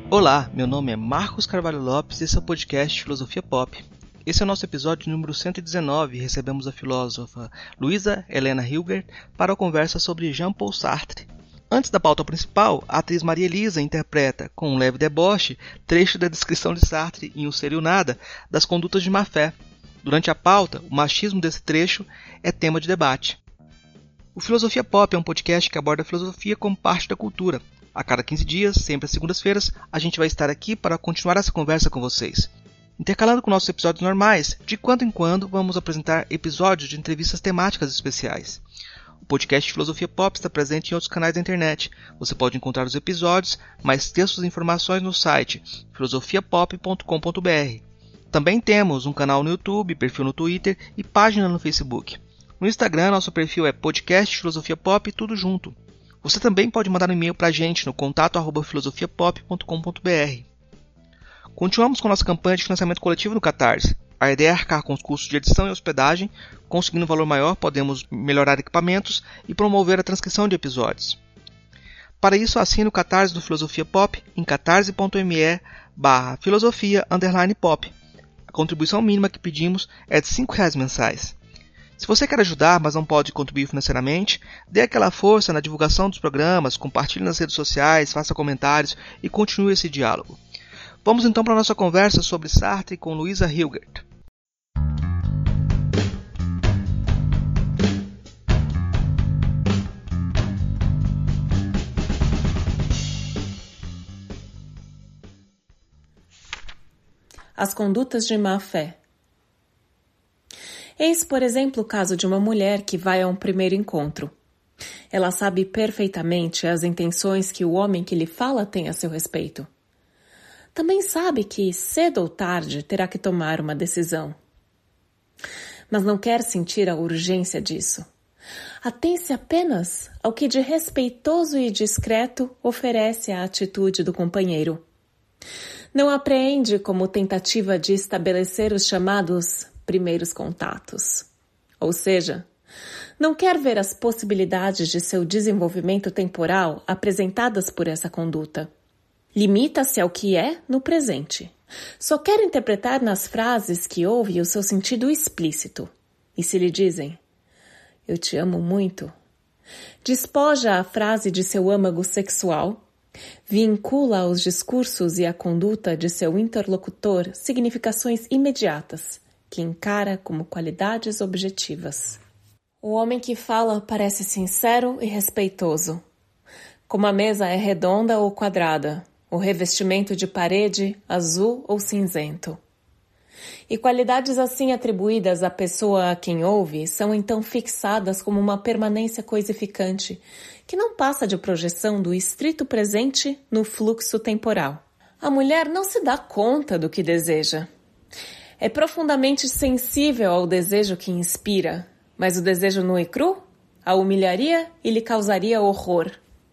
Olá, meu nome é Marcos Carvalho Lopes e esse é o podcast Filosofia Pop. Esse é o nosso episódio número 119 e recebemos a filósofa Luisa Helena Hilgert para a conversa sobre Jean-Paul Sartre. Antes da pauta principal, a atriz Maria Elisa interpreta, com um leve deboche, trecho da descrição de Sartre em O Ser e o Nada, das condutas de má-fé. Durante a pauta, o machismo desse trecho é tema de debate. O Filosofia Pop é um podcast que aborda a filosofia como parte da cultura. A cada 15 dias, sempre às segundas-feiras, a gente vai estar aqui para continuar essa conversa com vocês. Intercalando com nossos episódios normais, de quando em quando vamos apresentar episódios de entrevistas temáticas especiais. O podcast Filosofia Pop está presente em outros canais da internet. Você pode encontrar os episódios, mais textos e informações no site filosofiapop.com.br. Também temos um canal no YouTube, perfil no Twitter e página no Facebook. No Instagram, nosso perfil é podcast Filosofia Pop, tudo junto. Você também pode mandar um e-mail para a gente no contato@filosofiapop.com.br. Continuamos com nossa campanha de financiamento coletivo no Catarse. A ideia é arcar com os custos de edição e hospedagem. Conseguindo um valor maior, podemos melhorar equipamentos e promover a transcrição de episódios. Para isso, assine o Catarse do Filosofia Pop em catarse.me/filosofia_pop. A contribuição mínima que pedimos é de R$5 mensais. Se você quer ajudar, mas não pode contribuir financeiramente, dê aquela força na divulgação dos programas, compartilhe nas redes sociais, faça comentários e continue esse diálogo. Vamos então para a nossa conversa sobre Sartre com Luisa Hilgert. As condutas de má-fé. Eis, por exemplo, o caso de uma mulher que vai a um primeiro encontro. Ela sabe perfeitamente as intenções que o homem que lhe fala tem a seu respeito. Também sabe que, cedo ou tarde, terá que tomar uma decisão. Mas não quer sentir a urgência disso. Atém-se apenas ao que de respeitoso e discreto oferece a atitude do companheiro. Não apreende como tentativa de estabelecer os chamados primeiros contatos. Ou seja, não quer ver as possibilidades de seu desenvolvimento temporal apresentadas por essa conduta. Limita-se ao que é no presente. Só quer interpretar nas frases que ouve o seu sentido explícito. E se lhe dizem, eu te amo muito, despoja a frase de seu âmago sexual, vincula aos discursos e à conduta de seu interlocutor significações imediatas, que encara como qualidades objetivas. O homem que fala parece sincero e respeitoso. Como a mesa é redonda ou quadrada, o revestimento de parede azul ou cinzento. E qualidades assim atribuídas à pessoa a quem ouve são então fixadas como uma permanência coisificante, que não passa de projeção do estrito presente no fluxo temporal. A mulher não se dá conta do que deseja. É profundamente sensível ao desejo que inspira, mas o desejo nu e cru a humilharia e lhe causaria horror.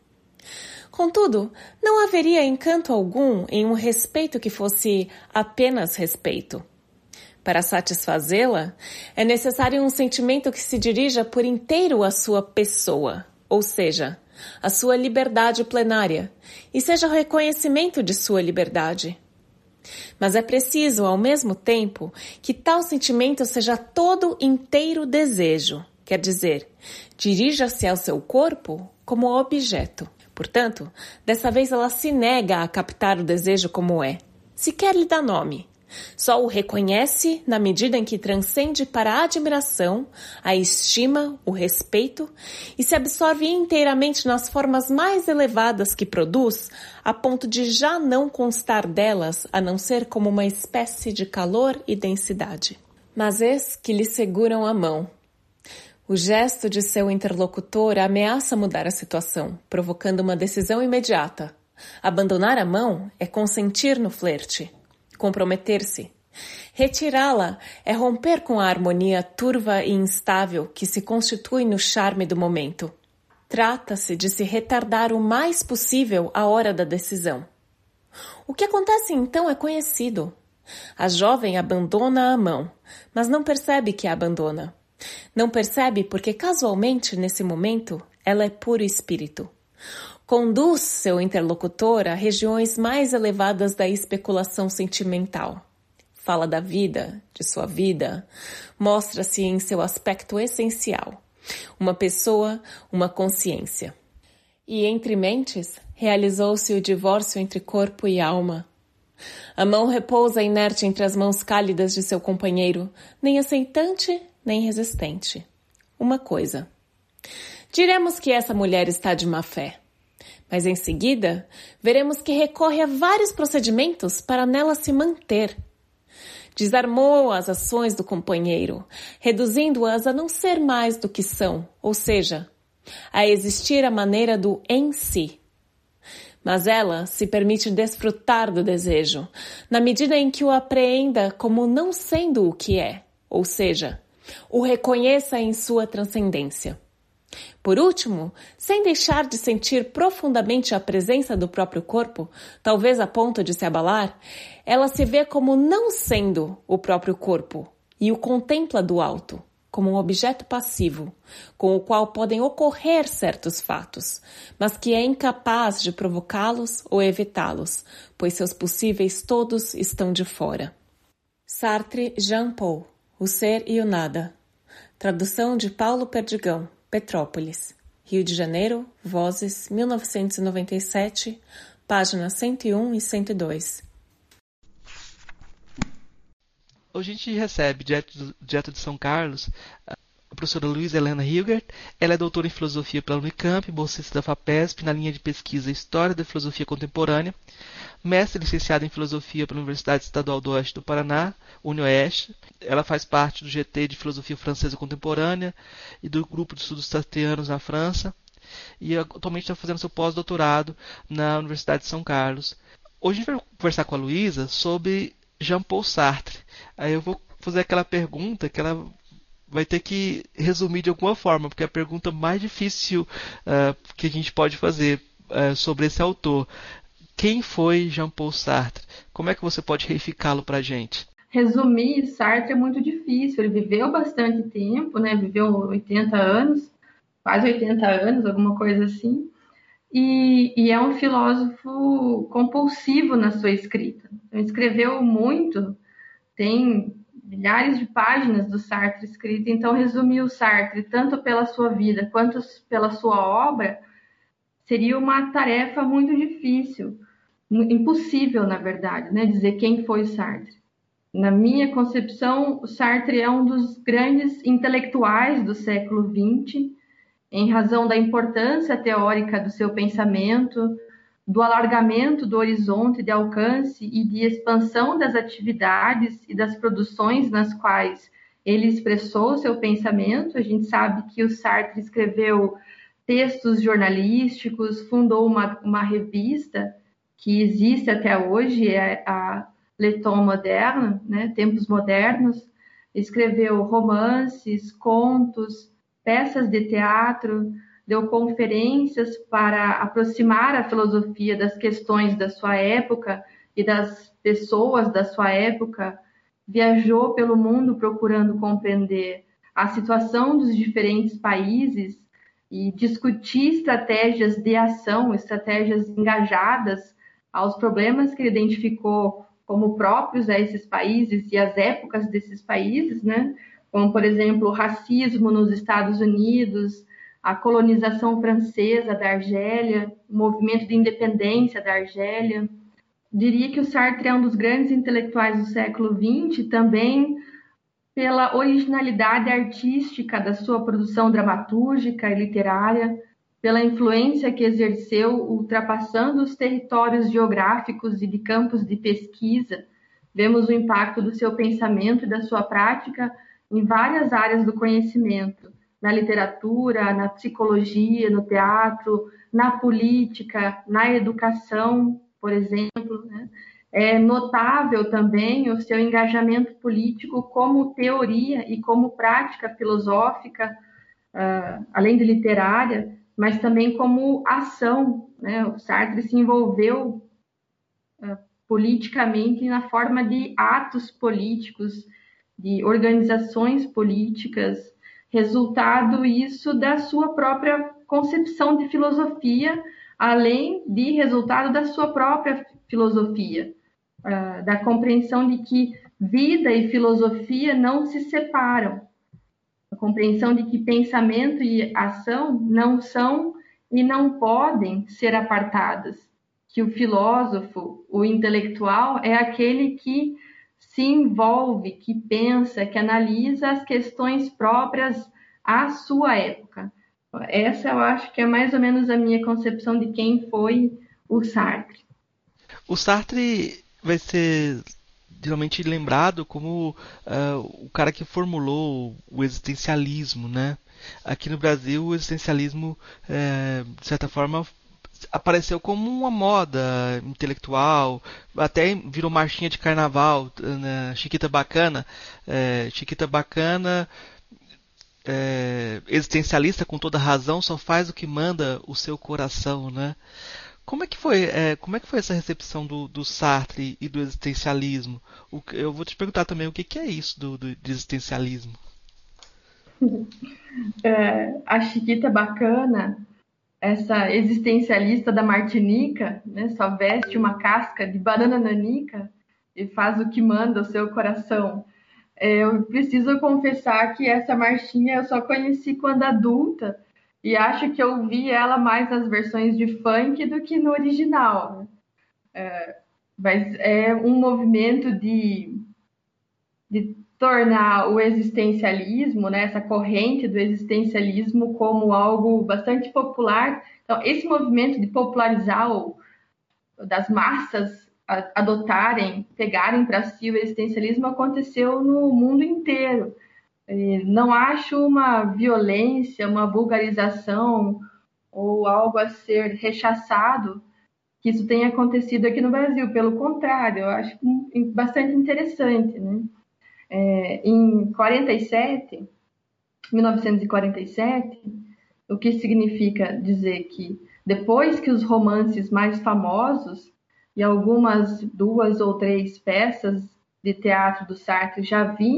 Contudo, não haveria encanto algum em um respeito que fosse apenas respeito. Para satisfazê-la, é necessário um sentimento que se dirija por inteiro à sua pessoa, ou seja, à sua liberdade plenária, e seja o reconhecimento de sua liberdade. Mas é preciso, ao mesmo tempo, que tal sentimento seja todo inteiro desejo, quer dizer, dirija-se ao seu corpo como objeto. Portanto, dessa vez ela se nega a captar o desejo como é, sequer lhe dá nome. Só o reconhece na medida em que transcende para a admiração, a estima, o respeito e se absorve inteiramente nas formas mais elevadas que produz, a ponto de já não constar delas a não ser como uma espécie de calor e densidade. Mas eis que lhe seguram a mão. O gesto de seu interlocutor ameaça mudar a situação, provocando uma decisão imediata. Abandonar a mão é consentir no flerte. Comprometer-se. Retirá-la é romper com a harmonia turva e instável que se constitui no charme do momento. Trata-se de se retardar o mais possível a hora da decisão. O que acontece então é conhecido. A jovem abandona a mão, mas não percebe que a abandona. Não percebe porque casualmente, nesse momento, ela é puro espírito. Conduz seu interlocutor a regiões mais elevadas da especulação sentimental. Fala da vida, de sua vida, mostra-se em seu aspecto essencial. Uma pessoa, uma consciência. E entre mentes, realizou-se o divórcio entre corpo e alma. A mão repousa inerte entre as mãos cálidas de seu companheiro, nem aceitante, nem resistente. Uma coisa. Diremos que essa mulher está de má fé. Mas em seguida, veremos que recorre a vários procedimentos para nela se manter. Desarmou as ações do companheiro, reduzindo-as a não ser mais do que são, ou seja, a existir à maneira do em si. Mas ela se permite desfrutar do desejo, na medida em que o apreenda como não sendo o que é, ou seja, o reconheça em sua transcendência. Por último, sem deixar de sentir profundamente a presença do próprio corpo, talvez a ponto de se abalar, ela se vê como não sendo o próprio corpo e o contempla do alto, como um objeto passivo, com o qual podem ocorrer certos fatos, mas que é incapaz de provocá-los ou evitá-los, pois seus possíveis todos estão de fora. Sartre, Jean Paul, O Ser e o Nada. Tradução de Paulo Perdigão. Petrópolis, Rio de Janeiro, Vozes, 1997, páginas 101 e 102. Hoje a gente recebe, direto de São Carlos, a professora Luísa Helena Hilgert. Ela é doutora em filosofia pela Unicamp, bolsista da FAPESP na linha de pesquisa História da Filosofia Contemporânea, mestre e licenciada em filosofia pela Universidade Estadual do Oeste do Paraná, UniOeste. Ela faz parte do GT de Filosofia Francesa Contemporânea e do Grupo de Estudos Sartreanos na França, e atualmente está fazendo seu pós-doutorado na Universidade de São Carlos. Hoje a gente vai conversar com a Luísa sobre Jean-Paul Sartre. Aí eu vou fazer aquela pergunta que ela vai ter que resumir de alguma forma, porque é a pergunta mais difícil que a gente pode fazer sobre esse autor. Quem foi Jean-Paul Sartre? Como é que você pode reificá-lo para a gente? Resumir Sartre é muito difícil. Ele viveu bastante tempo, né? Viveu 80 anos, quase 80 anos, alguma coisa assim. E é um filósofo compulsivo na sua escrita. Então, escreveu muito, tem milhares de páginas do Sartre escrita. Então, resumir o Sartre, tanto pela sua vida quanto pela sua obra, seria uma tarefa muito difícil, impossível, na verdade, né? Dizer quem foi Sartre. Na minha concepção, o Sartre é um dos grandes intelectuais do século XX, em razão da importância teórica do seu pensamento, do alargamento do horizonte de alcance e de expansão das atividades e das produções nas quais ele expressou seu pensamento. A gente sabe que o Sartre escreveu textos jornalísticos, fundou uma revista que existe até hoje, é a Le Temps Moderne, né? Tempos Modernos. Escreveu romances, contos, peças de teatro, deu conferências para aproximar a filosofia das questões da sua época e das pessoas da sua época, viajou pelo mundo procurando compreender a situação dos diferentes países e discutir estratégias de ação, estratégias engajadas aos problemas que ele identificou como próprios a esses países e as épocas desses países, né? Como, por exemplo, o racismo nos Estados Unidos, a colonização francesa da Argélia, o movimento de independência da Argélia. Diria que o Sartre é um dos grandes intelectuais do século XX, também pela originalidade artística da sua produção dramatúrgica e literária, pela influência que exerceu ultrapassando os territórios geográficos e de campos de pesquisa. Vemos o impacto do seu pensamento e da sua prática em várias áreas do conhecimento, na literatura, na psicologia, no teatro, na política, na educação, por exemplo, né? É notável também o seu engajamento político como teoria e como prática filosófica, além de literária, mas também como ação, né? O Sartre se envolveu politicamente na forma de atos políticos, de organizações políticas, resultado isso da sua própria concepção de filosofia além de resultado da sua própria filosofia, da compreensão de que vida e filosofia não se separam, a compreensão de que pensamento e ação não são e não podem ser apartadas, que o filósofo, o intelectual, é aquele que se envolve, que pensa, que analisa as questões próprias à sua época. Essa eu acho que é mais ou menos a minha concepção de quem foi o Sartre. O Sartre vai ser geralmente lembrado como o cara que formulou o existencialismo, né? Aqui no Brasil, o existencialismo, de certa forma, apareceu como uma moda intelectual, até virou marchinha de carnaval, né? Chiquita Bacana, existencialista com toda razão, só faz o que manda o seu coração, né? Como é que foi essa recepção do Sartre e do existencialismo? Eu vou te perguntar também o que é isso do existencialismo. A Chiquita Bacana, essa existencialista da Martinica, né, só veste uma casca de banana nanica e faz o que manda o seu coração. Eu preciso confessar que essa marchinha eu só conheci quando adulta e acho que eu vi ela mais nas versões de funk do que no original. Mas é um movimento de tornar o existencialismo, né, essa corrente do existencialismo, como algo bastante popular. Então, esse movimento de popularizar das massas adotarem, pegarem para si o existencialismo aconteceu no mundo inteiro. Não acho uma violência, uma vulgarização ou algo a ser rechaçado que isso tenha acontecido aqui no Brasil. Pelo contrário, eu acho bastante interessante, né? Em 1947, o que significa dizer que depois que os romances mais famosos e algumas 2 ou 3 peças de teatro do Sartre já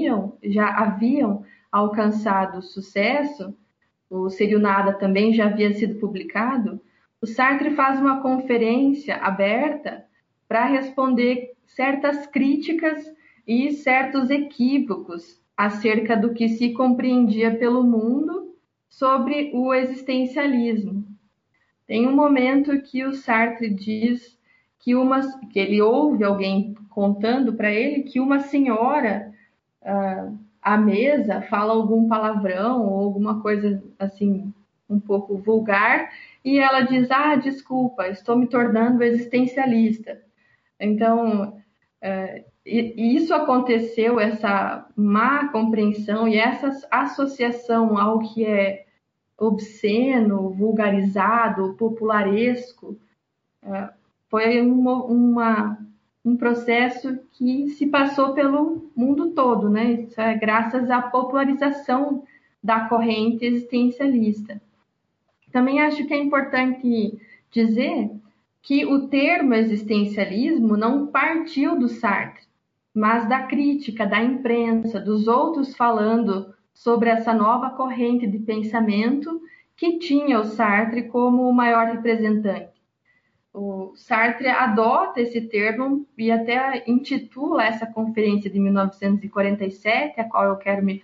haviam alcançado sucesso, o Seriunada também já havia sido publicado, o Sartre faz uma conferência aberta para responder certas críticas e certos equívocos acerca do que se compreendia pelo mundo sobre o existencialismo. Tem um momento que o Sartre diz que ele ouve alguém contando para ele que uma senhora à mesa fala algum palavrão ou alguma coisa assim um pouco vulgar e ela diz, desculpa, estou me tornando existencialista. Então, isso aconteceu, essa má compreensão e essa associação ao que é obsceno, vulgarizado, popularesco, foi um processo que se passou pelo mundo todo, né? Isso é graças à popularização da corrente existencialista. Também acho que é importante dizer que o termo existencialismo não partiu do Sartre, mas da crítica, da imprensa, dos outros falando sobre essa nova corrente de pensamento que tinha o Sartre como o maior representante. O Sartre adota esse termo e até intitula essa conferência de 1947, a qual eu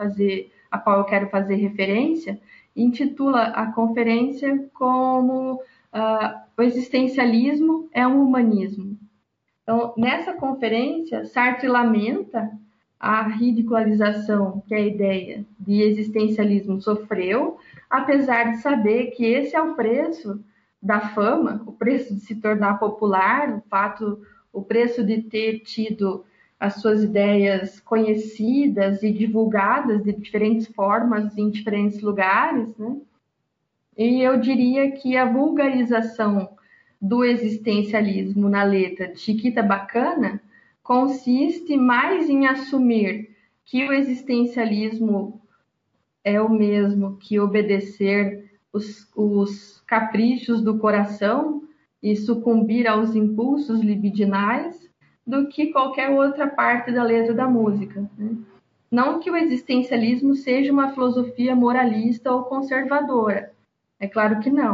quero fazer referência, intitula a conferência como o existencialismo é um humanismo. Então, nessa conferência, Sartre lamenta a ridicularização que a ideia de existencialismo sofreu, apesar de saber que esse é o preço da fama, o preço de se tornar popular, o preço de ter tido as suas ideias conhecidas e divulgadas de diferentes formas em diferentes lugares, né? E eu diria que a vulgarização do existencialismo na letra de Chiquita Bacana consiste mais em assumir que o existencialismo é o mesmo que obedecer os caprichos do coração e sucumbir aos impulsos libidinais do que qualquer outra parte da letra da música, né? Não que o existencialismo seja uma filosofia moralista ou conservadora, é claro que não,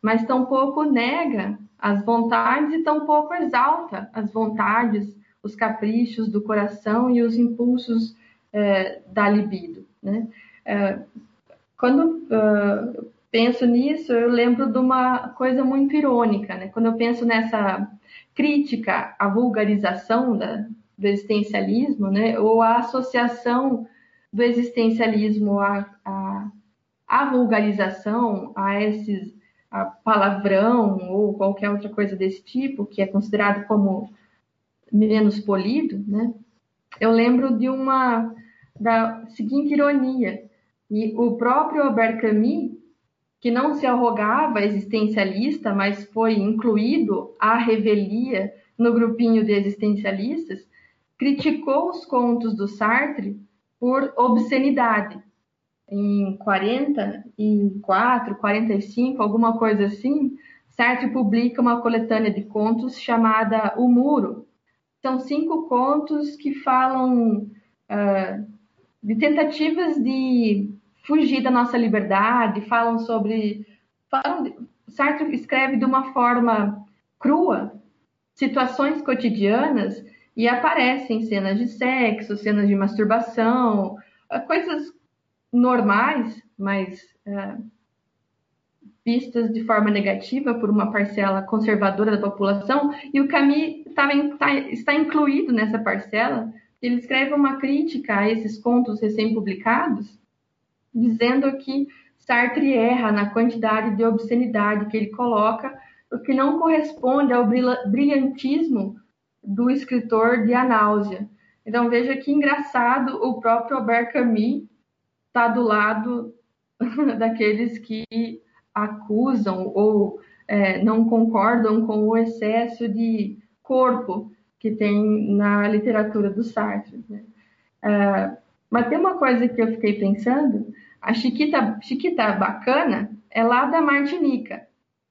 mas tampouco nega as vontades e tampouco exalta as vontades, os caprichos do coração e os impulsos da libido, né? Quando penso nisso, eu lembro de uma coisa muito irônica, né? Quando eu penso nessa crítica à vulgarização do existencialismo, né? Ou a associação do existencialismo à vulgarização, a palavrão ou qualquer outra coisa desse tipo, que é considerado como menos polido, né? Eu lembro da seguinte ironia, e o próprio Albert Camus, que não se arrogava existencialista, mas foi incluído à revelia no grupinho de existencialistas, criticou os contos do Sartre por obscenidade. Em 44, 45, alguma coisa assim, Sartre publica uma coletânea de contos chamada O Muro. São 5 contos que falam de tentativas de fugir da nossa liberdade, Sartre escreve de uma forma crua situações cotidianas e aparecem cenas de sexo, cenas de masturbação, coisas normais, mas vistas de forma negativa por uma parcela conservadora da população, e o Camus está incluído nessa parcela. Ele escreve uma crítica a esses contos recém-publicados, dizendo que Sartre erra na quantidade de obscenidade que ele coloca, o que não corresponde ao brilhantismo do escritor de A Náusea. Então, veja que engraçado, o próprio Albert Camus está do lado daqueles que acusam ou não concordam com o excesso de corpo que tem na literatura do Sartre, né? Mas tem uma coisa que eu fiquei pensando, a Chiquita Bacana é lá da Martinica,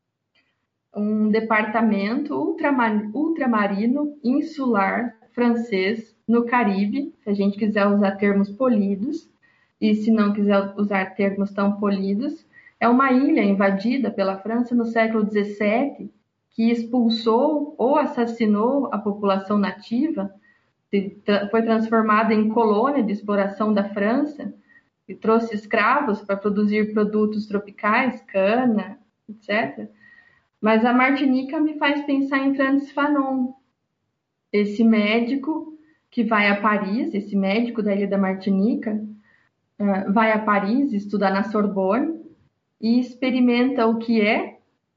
um departamento ultramarino insular francês no Caribe, se a gente quiser usar termos polidos, e se não quiser usar termos tão polidos, é uma ilha invadida pela França no século XVII, que expulsou ou assassinou a população nativa, foi transformada em colônia de exploração da França e trouxe escravos para produzir produtos tropicais, cana, etc. Mas a Martinica me faz pensar em Frantz Fanon, esse médico que vai a Paris, esse médico da ilha da Martinica, vai a Paris estudar na Sorbonne e experimenta o que é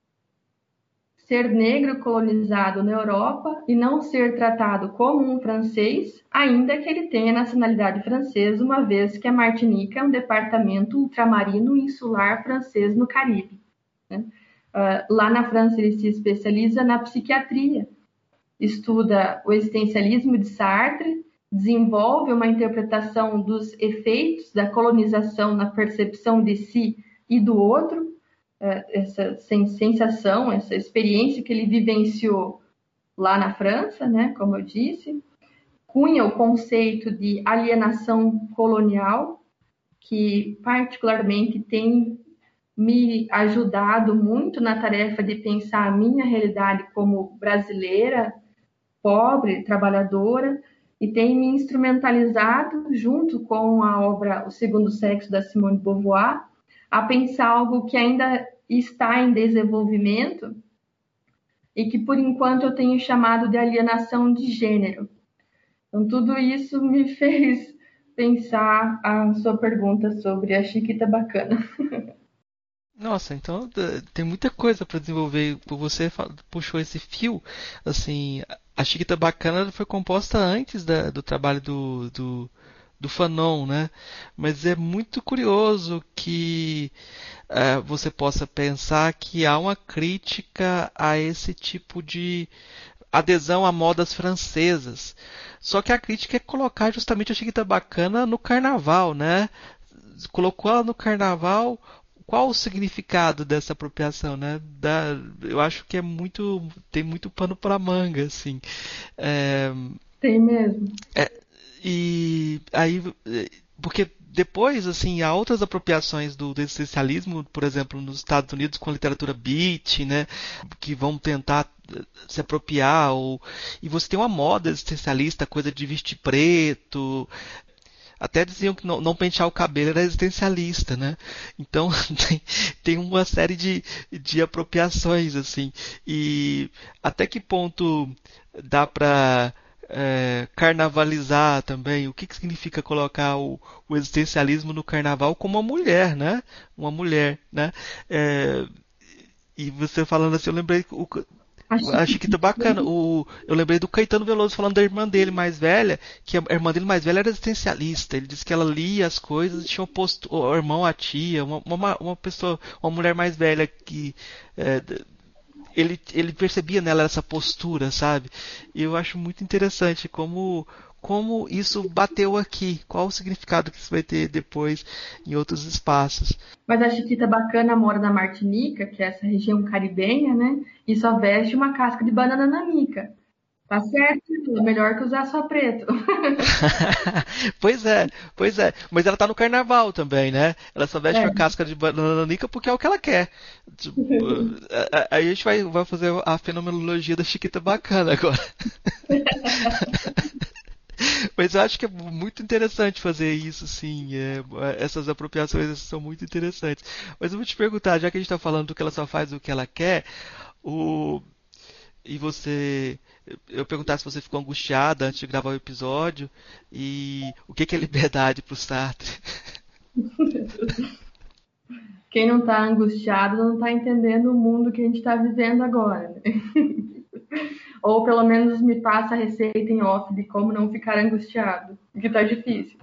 ser negro colonizado na Europa e não ser tratado como um francês, ainda que ele tenha nacionalidade francesa, uma vez que a Martinica é um departamento ultramarino insular francês no Caribe, né? Lá na França ele se especializa na psiquiatria, estuda o existencialismo de Sartre, desenvolve uma interpretação dos efeitos da colonização na percepção de si e do outro, essa sensação, essa experiência que ele vivenciou lá na França, né, como eu disse, cunha o conceito de alienação colonial, que particularmente tem me ajudado muito na tarefa de pensar a minha realidade como brasileira, pobre, trabalhadora, e tem me instrumentalizado, junto com a obra O Segundo Sexo, da Simone de Beauvoir, a pensar algo que ainda está em desenvolvimento e que, por enquanto, eu tenho chamado de alienação de gênero. Então, tudo isso me fez pensar a sua pergunta sobre a Chiquita Bacana. Nossa, então tem muita coisa para desenvolver. Você puxou esse fio, assim, a Chiquita Bacana foi composta antes do trabalho do Fanon, né? Mas é muito curioso que você possa pensar que há uma crítica a esse tipo de adesão a modas francesas. Só que a crítica é colocar justamente a Chiquita Bacana no carnaval, né? Colocou ela no carnaval. Qual o significado dessa apropriação, né? Eu acho que tem muito pano para manga, assim. Tem mesmo. E aí, porque depois, assim, há outras apropriações do existencialismo, por exemplo, nos Estados Unidos com a literatura beat, né, que vão tentar se apropriar, e você tem uma moda existencialista, coisa de vestir preto, até diziam que não pentear o cabelo era existencialista, né? Então tem uma série de apropriações, assim, e até que ponto dá para carnavalizar também? O que significa colocar o existencialismo no carnaval como uma mulher, né? Uma mulher, né? É, e você falando assim, eu lembrei achei que tá bacana. Eu lembrei do Caetano Veloso falando da irmã dele mais velha, que a irmã dele mais velha era existencialista. Ele disse que ela lia as coisas e tinha oposto o irmão, a tia, uma pessoa, uma mulher mais velha que ele percebia nela essa postura, sabe? E eu acho muito interessante como isso bateu aqui, qual o significado que isso vai ter depois em outros espaços. Mas a Chiquita Bacana mora na Martinica, que é essa região caribenha, né? E só veste uma casca de banana nanica. Tá certo, é melhor que usar só preto. Pois é, pois é. Mas ela tá no carnaval também, né? Ela só veste É. a casca de banana nanica porque é o que ela quer. Tipo, aí a gente vai fazer a fenomenologia da Chiquita Bacana agora. Mas eu acho que é muito interessante fazer isso, sim. Essas apropriações são muito interessantes. Mas eu vou te perguntar, já que a gente está falando do que ela só faz o que ela quer, o... e você. Eu perguntar se você ficou angustiada antes de gravar o episódio, e o que é liberdade para o Sartre? Quem não tá angustiado não tá entendendo o mundo que a gente tá vivendo agora, né? Ou pelo menos me passa a receita em off de como não ficar angustiado, que tá difícil.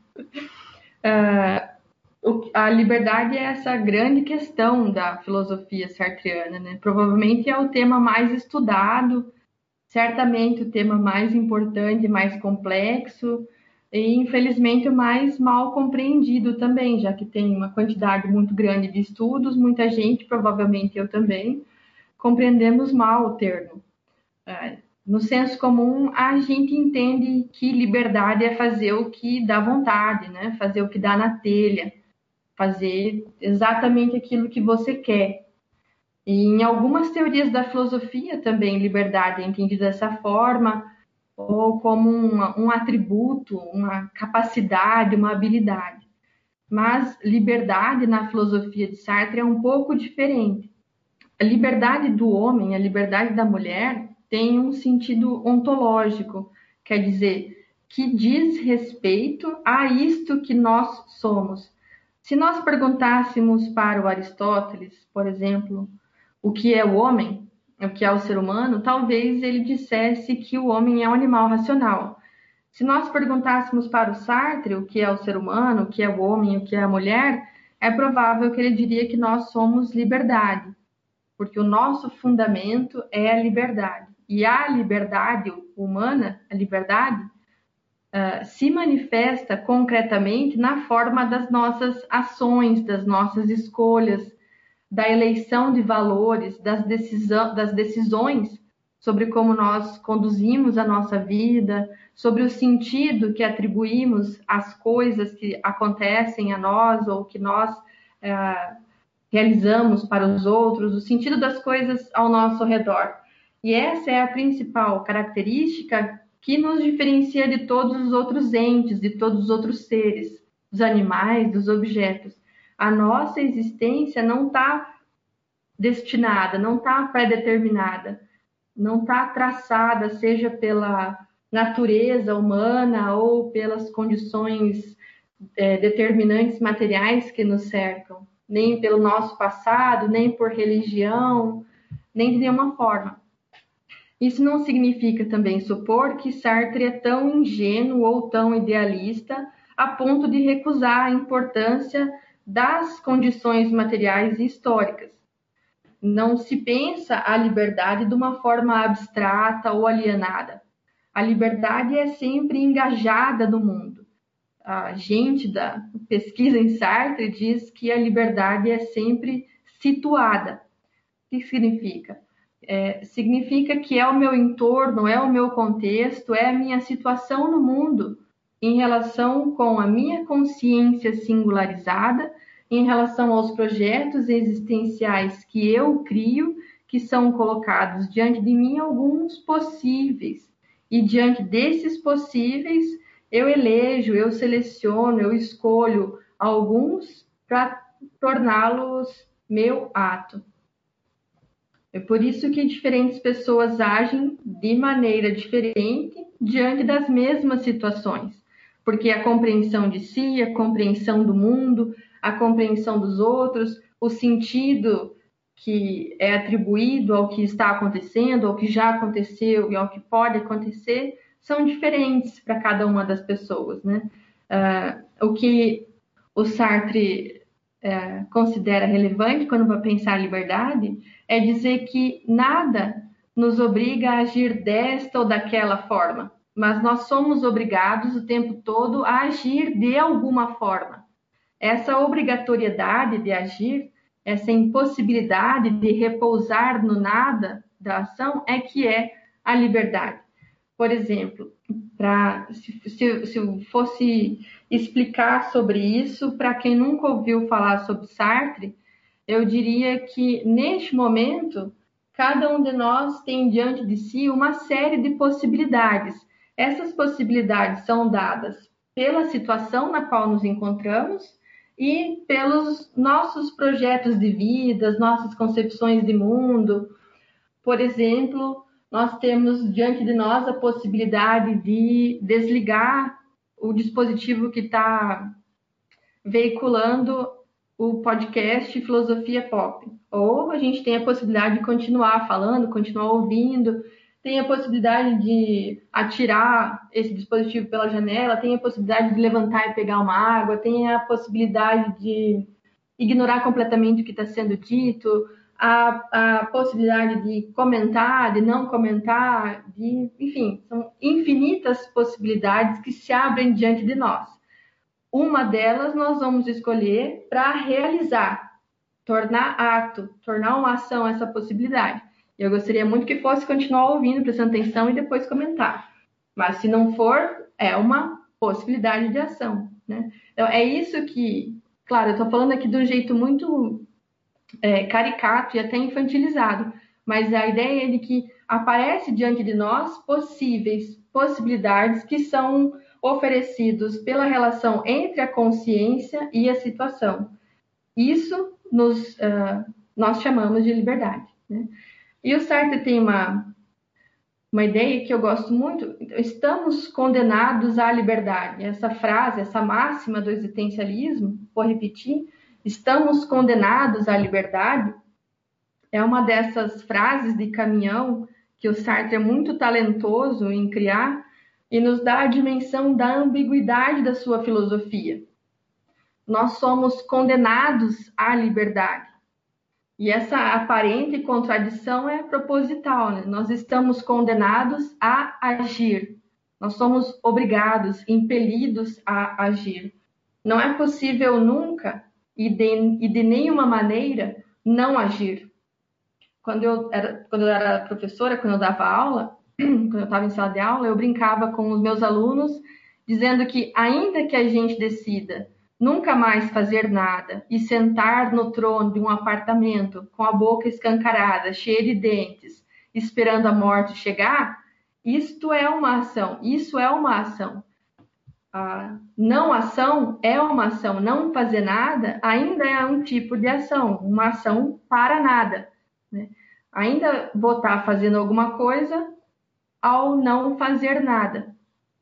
A liberdade é essa grande questão da filosofia sartreana, né? Provavelmente é o tema mais estudado, certamente o tema mais importante, mais complexo e, infelizmente, o mais mal compreendido também, já que tem uma quantidade muito grande de estudos, muita gente, provavelmente eu também, compreendemos mal o termo. No senso comum, a gente entende que liberdade é fazer o que dá vontade, né? Fazer o que dá na telha, fazer exatamente aquilo que você quer. E em algumas teorias da filosofia também, liberdade é entendida dessa forma, ou como um atributo, uma capacidade, uma habilidade. Mas liberdade na filosofia de Sartre é um pouco diferente. A liberdade do homem, a liberdade da mulher, tem um sentido ontológico, quer dizer, que diz respeito a isto que nós somos. Se nós perguntássemos para o Aristóteles, por exemplo, o que é o homem, o que é o ser humano, talvez ele dissesse que o homem é um animal racional. Se nós perguntássemos para o Sartre o que é o ser humano, o que é o homem, o que é a mulher, é provável que ele diria que nós somos liberdade, porque o nosso fundamento é a liberdade. E a liberdade humana, a liberdade, se manifesta concretamente na forma das nossas ações, das nossas escolhas, da eleição de valores, das decisões sobre como nós conduzimos a nossa vida, sobre o sentido que atribuímos às coisas que acontecem a nós ou que nós realizamos para os outros, o sentido das coisas ao nosso redor. E essa é a principal característica que nos diferencia de todos os outros entes, de todos os outros seres, dos animais, dos objetos. A nossa existência não está destinada, não está pré-determinada, não está traçada, seja pela natureza humana ou pelas condições determinantes materiais que nos cercam, nem pelo nosso passado, nem por religião, nem de nenhuma forma. Isso não significa também supor que Sartre é tão ingênuo ou tão idealista a ponto de recusar a importância das condições materiais e históricas. Não se pensa a liberdade de uma forma abstrata ou alienada. A liberdade é sempre engajada no mundo. A gente da pesquisa em Sartre diz que a liberdade é sempre situada. O que significa? Significa que é o meu entorno, é o meu contexto, é a minha situação no mundo, em relação com a minha consciência singularizada, em relação aos projetos existenciais que eu crio, que são colocados diante de mim alguns possíveis. E diante desses possíveis, eu elejo, eu seleciono, eu escolho alguns para torná-los meu ato. É por isso que diferentes pessoas agem de maneira diferente diante das mesmas situações. Porque a compreensão de si, a compreensão do mundo, a compreensão dos outros, o sentido que é atribuído ao que está acontecendo, ao que já aconteceu e ao que pode acontecer, são diferentes para cada uma das pessoas, né? O que o Sartre considera relevante quando vai pensar a liberdade é dizer que nada nos obriga a agir desta ou daquela forma, mas nós somos obrigados o tempo todo a agir de alguma forma. Essa obrigatoriedade de agir, essa impossibilidade de repousar no nada da ação é que é a liberdade. Por exemplo, se eu fosse explicar sobre isso, para quem nunca ouviu falar sobre Sartre, eu diria que, neste momento, cada um de nós tem diante de si uma série de possibilidades. Essas possibilidades são dadas pela situação na qual nos encontramos e pelos nossos projetos de vida, as nossas concepções de mundo. Por exemplo, nós temos diante de nós a possibilidade de desligar o dispositivo que está veiculando o podcast Filosofia Pop. Ou a gente tem a possibilidade de continuar falando, continuar ouvindo, tem a possibilidade de atirar esse dispositivo pela janela, tem a possibilidade de levantar e pegar uma água, tem a possibilidade de ignorar completamente o que está sendo dito, a possibilidade de comentar, de não comentar, enfim, são infinitas possibilidades que se abrem diante de nós. Uma delas nós vamos escolher para realizar, tornar ato, tornar uma ação essa possibilidade. Eu gostaria muito que fosse continuar ouvindo, prestando atenção e depois comentar. Mas se não for, é uma possibilidade de ação, né? Então, é isso que, claro, eu estou falando aqui de um jeito muito caricato e até infantilizado, mas a ideia é de que aparece diante de nós possibilidades que são oferecidos pela relação entre a consciência e a situação. Isso nós chamamos de liberdade, né? E o Sartre tem uma ideia que eu gosto muito: estamos condenados à liberdade. Essa frase, essa máxima do existencialismo, vou repetir, estamos condenados à liberdade, é uma dessas frases de caminhão que o Sartre é muito talentoso em criar e nos dá a dimensão da ambiguidade da sua filosofia. Nós somos condenados à liberdade. E essa aparente contradição é proposital, né? Nós estamos condenados a agir. Nós somos obrigados, impelidos a agir. Não é possível nunca e de nenhuma maneira não agir. Quando eu era professora, quando eu dava aula, quando eu estava em sala de aula, eu brincava com os meus alunos, dizendo que ainda que a gente decida nunca mais fazer nada e sentar no trono de um apartamento com a boca escancarada, cheia de dentes, esperando a morte chegar, isto é uma ação, isso é uma ação. A não ação é uma ação, não fazer nada ainda é um tipo de ação, uma ação para nada, né? Ainda vou estar fazendo alguma coisa ao não fazer nada.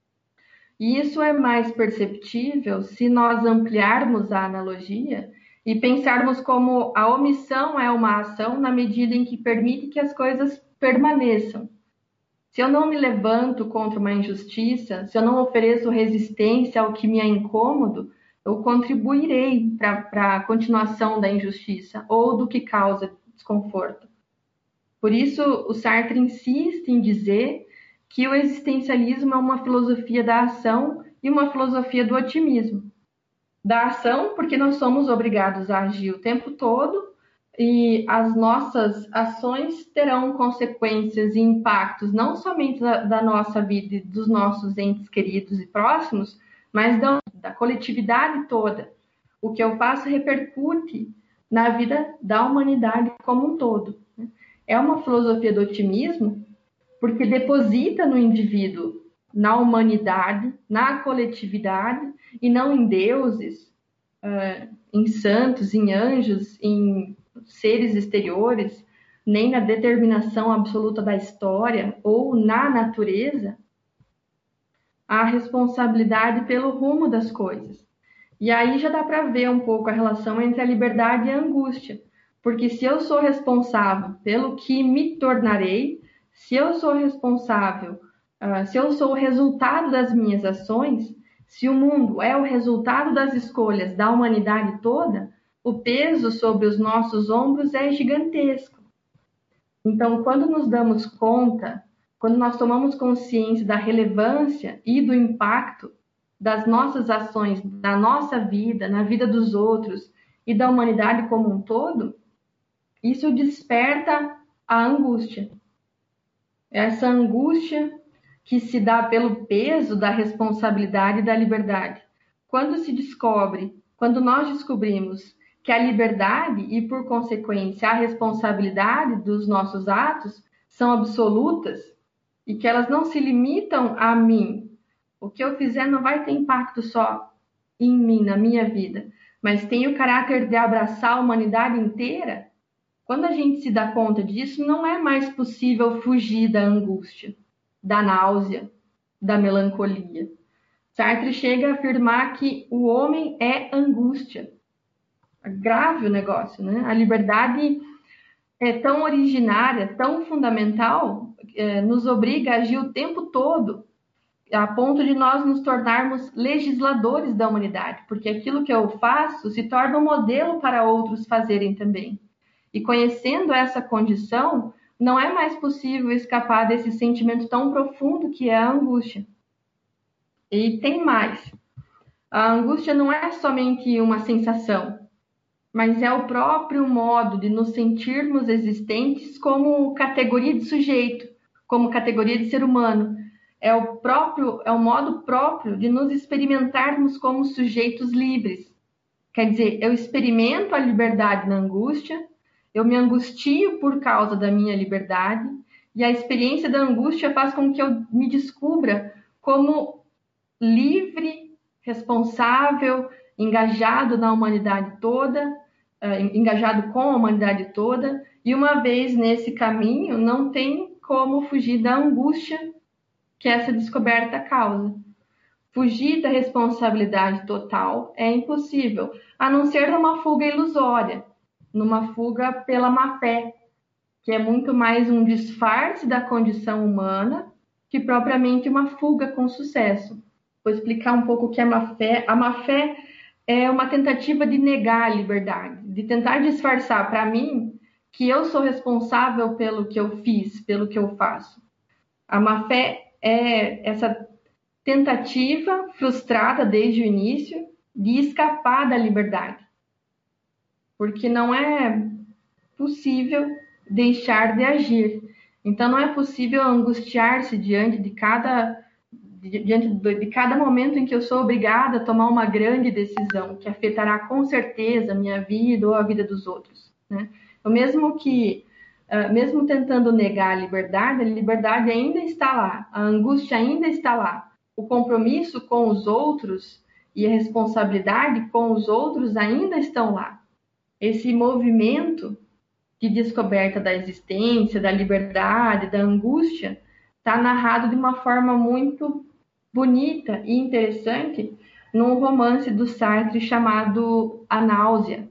E isso é mais perceptível se nós ampliarmos a analogia e pensarmos como a omissão é uma ação na medida em que permite que as coisas permaneçam. Se eu não me levanto contra uma injustiça, se eu não ofereço resistência ao que me é incômodo, eu contribuirei para a continuação da injustiça ou do que causa desconforto. Por isso, o Sartre insiste em dizer que o existencialismo é uma filosofia da ação e uma filosofia do otimismo. Da ação, porque nós somos obrigados a agir o tempo todo e as nossas ações terão consequências e impactos não somente da nossa vida e dos nossos entes queridos e próximos, mas da coletividade toda. O que eu faço repercute na vida da humanidade como um todo. É uma filosofia do otimismo porque deposita no indivíduo, na humanidade, na coletividade, e não em deuses, em santos, em anjos, em seres exteriores, nem na determinação absoluta da história ou na natureza, a responsabilidade pelo rumo das coisas. E aí já dá para ver um pouco a relação entre a liberdade e a angústia. Porque se eu sou responsável pelo que me tornarei, se eu sou responsável, se eu sou o resultado das minhas ações, se o mundo é o resultado das escolhas da humanidade toda, o peso sobre os nossos ombros é gigantesco. Então, quando nos damos conta, quando nós tomamos consciência da relevância e do impacto das nossas ações, na nossa vida, na vida dos outros e da humanidade como um todo, isso desperta a angústia. Essa angústia que se dá pelo peso da responsabilidade e da liberdade. Quando nós descobrimos que a liberdade e, por consequência, a responsabilidade dos nossos atos são absolutas e que elas não se limitam a mim, o que eu fizer não vai ter impacto só em mim, na minha vida, mas tem o caráter de abraçar a humanidade inteira. Quando a gente se dá conta disso, não é mais possível fugir da angústia, da náusea, da melancolia. Sartre chega a afirmar que o homem é angústia. É grave o negócio, né? A liberdade é tão originária, tão fundamental, nos obriga a agir o tempo todo, a ponto de nós nos tornarmos legisladores da humanidade, porque aquilo que eu faço se torna um modelo para outros fazerem também. E conhecendo essa condição, não é mais possível escapar desse sentimento tão profundo que é a angústia. E tem mais. A angústia não é somente uma sensação, mas é o próprio modo de nos sentirmos existentes como categoria de sujeito, como categoria de ser humano. É o modo próprio de nos experimentarmos como sujeitos livres. Quer dizer, eu experimento a liberdade na angústia, eu me angustio por causa da minha liberdade, e a experiência da angústia faz com que eu me descubra como livre, responsável, engajado na humanidade toda, engajado com a humanidade toda, e uma vez nesse caminho, não tem como fugir da angústia que essa descoberta causa. Fugir da responsabilidade total é impossível, a não ser numa fuga ilusória, numa fuga pela má-fé, que é muito mais um disfarce da condição humana que propriamente uma fuga com sucesso. Vou explicar um pouco o que é má-fé. A má-fé é uma tentativa de negar a liberdade, de tentar disfarçar para mim que eu sou responsável pelo que eu fiz, pelo que eu faço. A má-fé é essa tentativa frustrada desde o início de escapar da liberdade. Porque não é possível deixar de agir. Então, não é possível angustiar-se diante de cada momento em que eu sou obrigada a tomar uma grande decisão que afetará com certeza a minha vida ou a vida dos outros, né? Então, mesmo tentando negar a liberdade ainda está lá, a angústia ainda está lá, o compromisso com os outros e a responsabilidade com os outros ainda estão lá. Esse movimento de descoberta da existência, da liberdade, da angústia, está narrado de uma forma muito bonita e interessante num romance do Sartre chamado A Náusea.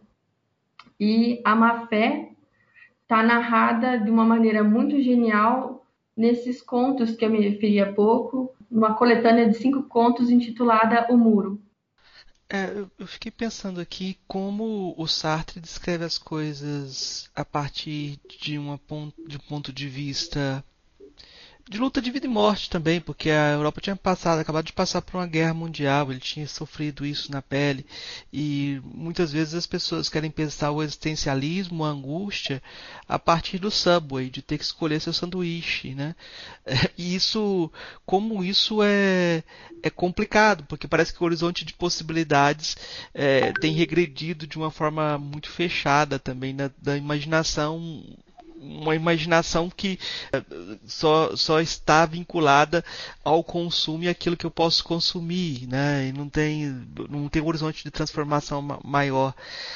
E a má-fé está narrada de uma maneira muito genial nesses contos que eu me referi há pouco, uma coletânea de 5 contos intitulada O Muro. Eu fiquei pensando aqui como o Sartre descreve as coisas a partir de um ponto de vista de luta de vida e morte também, porque a Europa tinha acabado de passar por uma guerra mundial, ele tinha sofrido isso na pele, e muitas vezes as pessoas querem pensar o existencialismo, a angústia, a partir do Subway, de ter que escolher seu sanduíche, né? E como isso é complicado, porque parece que o horizonte de possibilidades tem regredido de uma forma muito fechada também da imaginação, uma imaginação que só está vinculada ao consumo e aquilo que eu posso consumir, né? E não tem um horizonte de transformação maior.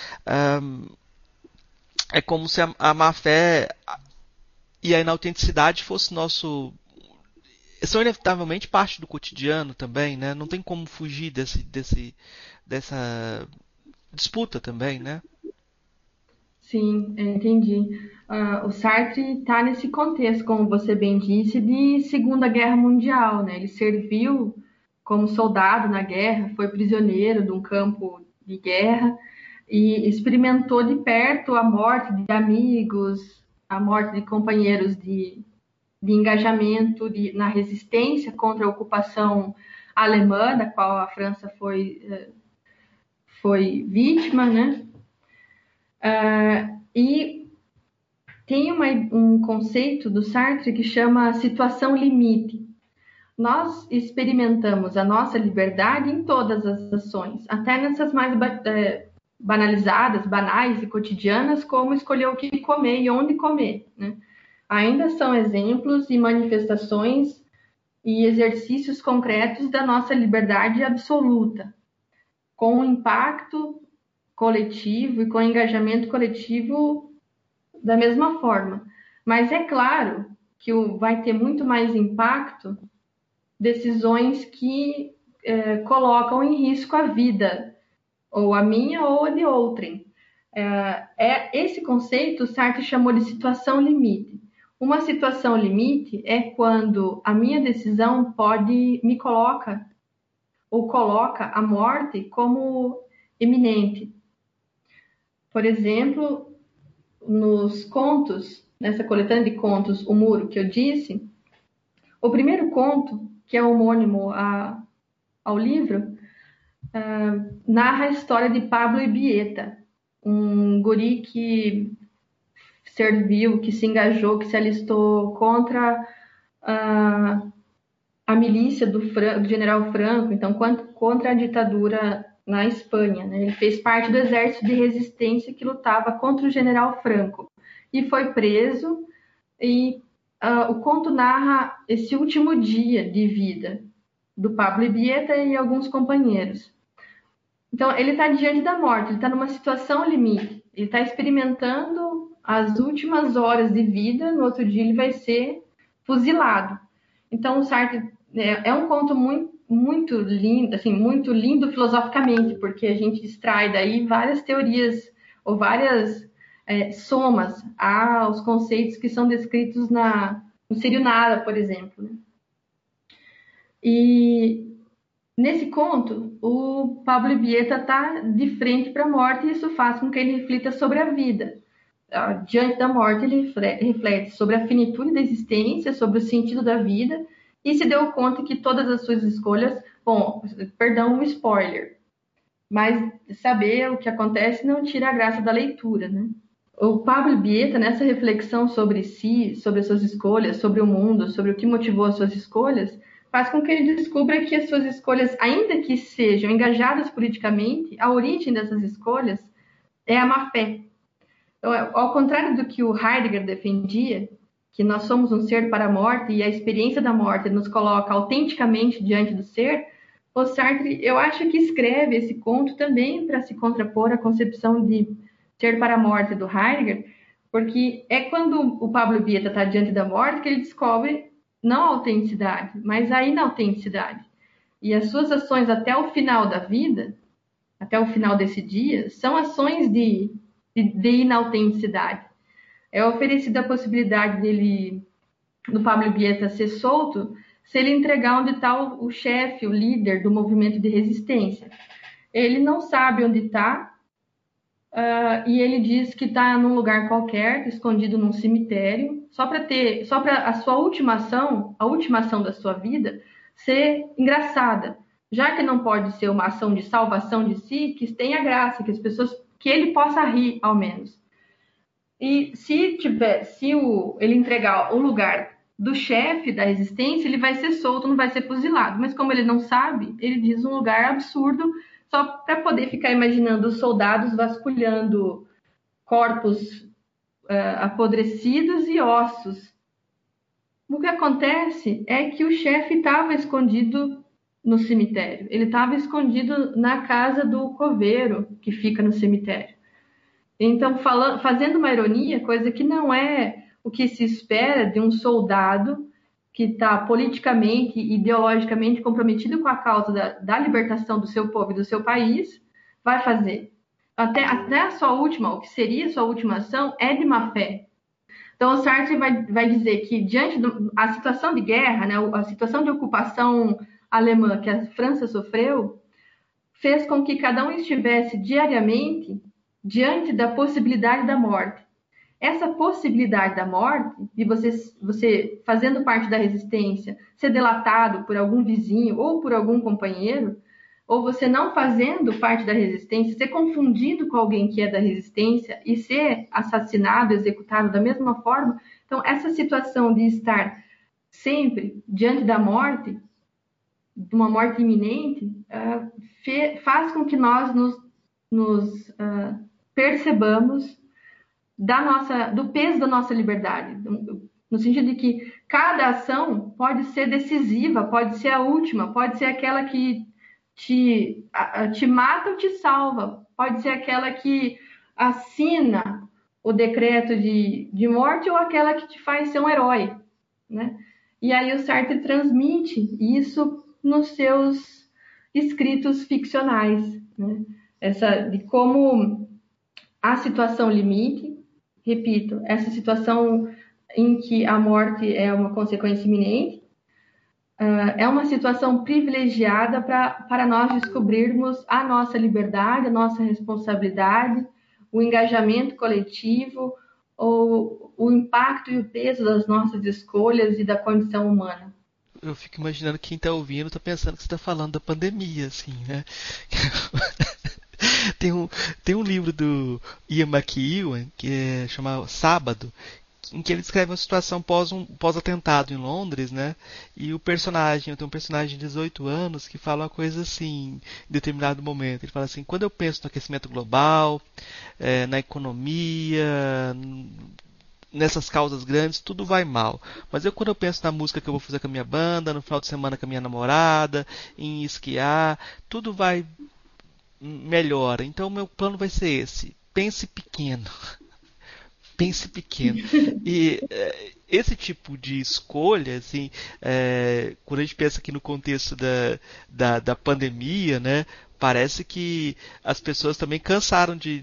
É como se a má-fé e a inautenticidade fosse são inevitavelmente parte do cotidiano também, né? Não tem como fugir dessa disputa também, né? Sim, entendi. O Sartre está nesse contexto, como você bem disse, de Segunda Guerra Mundial, né? Ele serviu como soldado na guerra, foi prisioneiro de um campo de guerra e experimentou de perto a morte de amigos, a morte de companheiros de engajamento na resistência contra a ocupação alemã, da qual a França foi vítima, né? E tem um conceito do Sartre que chama situação limite. Nós experimentamos a nossa liberdade em todas as ações, até nessas mais banalizadas, banais e cotidianas, como escolher o que comer e onde comer, né? Ainda são exemplos e manifestações e exercícios concretos da nossa liberdade absoluta, com impacto coletivo e com engajamento coletivo da mesma forma. Mas é claro que vai ter muito mais impacto decisões que colocam em risco a vida, ou a minha ou a de outrem. Esse conceito Sartre chamou de situação limite. Uma situação limite é quando a minha decisão me coloca ou coloca a morte como iminente. Por exemplo, nos contos, nessa coletânea de contos, O Muro, que eu disse, o primeiro conto, que é homônimo ao livro, narra a história de Pablo Ebieta, um guri que serviu, que se engajou, que se alistou contra a milícia do general Franco, então contra a ditadura na Espanha, né? Ele fez parte do exército de resistência que lutava contra o general Franco e foi preso. E o conto narra esse último dia de vida do Pablo Ebieta e alguns companheiros. Então, ele está diante da morte, ele está numa situação limite, ele está experimentando as últimas horas de vida, no outro dia ele vai ser fuzilado. Então, o Sartre é um conto muito lindo, assim, muito lindo filosoficamente, porque a gente extrai daí várias teorias ou várias somas aos conceitos que são descritos no Sírio Nada, por exemplo, né? E nesse conto, o Pablo Ebieta está de frente para a morte e isso faz com que ele reflita sobre a vida. Diante da morte, ele reflete sobre a finitude da existência, sobre o sentido da vida e se deu conta que todas as suas escolhas... Bom, perdão, um spoiler. Mas saber o que acontece não tira a graça da leitura, né? O Pablo Ebieta, nessa reflexão sobre si, sobre as suas escolhas, sobre o mundo, sobre o que motivou as suas escolhas, faz com que ele descubra que as suas escolhas, ainda que sejam engajadas politicamente, a origem dessas escolhas é a má-fé. Então, ao contrário do que o Heidegger defendia, que nós somos um ser para a morte e a experiência da morte nos coloca autenticamente diante do ser, o Sartre, eu acho que escreve esse conto também para se contrapor à concepção de ser para a morte do Heidegger, porque é quando o Pablo Ebieta está diante da morte que ele descobre não a autenticidade, mas a inautenticidade. E as suas ações até o final da vida, até o final desse dia, são ações de inautenticidade. É oferecida a possibilidade do Pablo Ebieta ser solto se ele entregar onde está o chefe, o líder do movimento de resistência. Ele não sabe onde está, e ele diz que está num lugar qualquer, escondido num cemitério, só para a sua última ação, a última ação da sua vida, ser engraçada. Já que não pode ser uma ação de salvação de si, que tenha graça, que ele possa rir, ao menos. E se ele entregar o lugar do chefe da resistência, ele vai ser solto, não vai ser fuzilado. Mas como ele não sabe, ele diz um lugar absurdo, só para poder ficar imaginando os soldados vasculhando corpos apodrecidos e ossos. O que acontece é que o chefe estava escondido no cemitério. Ele estava escondido na casa do coveiro, que fica no cemitério. Então, fazendo uma ironia, coisa que não é o que se espera de um soldado que está politicamente e ideologicamente comprometido com a causa da libertação do seu povo e do seu país, vai fazer. Até a sua última, o que seria a sua última ação, é de má fé. Então, o Sartre vai dizer que, diante da situação de guerra, né, a situação de ocupação alemã que a França sofreu, fez com que cada um estivesse diariamente diante da possibilidade da morte. Essa possibilidade da morte, de você fazendo parte da resistência, ser delatado por algum vizinho ou por algum companheiro, ou você não fazendo parte da resistência, ser confundido com alguém que é da resistência e ser assassinado, executado da mesma forma. Então, essa situação de estar sempre diante da morte, de uma morte iminente, faz com que nós nos percebamos do peso da nossa liberdade, no sentido de que cada ação pode ser decisiva, pode ser a última, pode ser aquela que te mata ou te salva, pode ser aquela que assina o decreto de morte ou aquela que te faz ser um herói, né? E aí o Sartre transmite isso nos seus escritos ficcionais, né? De como a situação limite, repito, essa situação em que a morte é uma consequência iminente, é uma situação privilegiada para nós descobrirmos a nossa liberdade, a nossa responsabilidade, o engajamento coletivo, ou o impacto e o peso das nossas escolhas e da condição humana. Eu fico imaginando quem está ouvindo está pensando que você está falando da pandemia, assim, né? Tem um livro do Ian McEwan que é chamado Sábado, em que ele descreve uma situação pós-atentado em Londres, né? E tem um personagem de 18 anos que fala uma coisa assim, em determinado momento. Ele fala assim: quando eu penso no aquecimento global, na economia, nessas causas grandes, tudo vai mal. Mas quando eu penso na música que eu vou fazer com a minha banda, no final de semana com a minha namorada, em esquiar, tudo vai melhor. Então o meu plano vai ser esse: pense pequeno. Pense pequeno. E esse tipo de escolha, assim, quando a gente pensa aqui no contexto da pandemia, né, parece que as pessoas também cansam de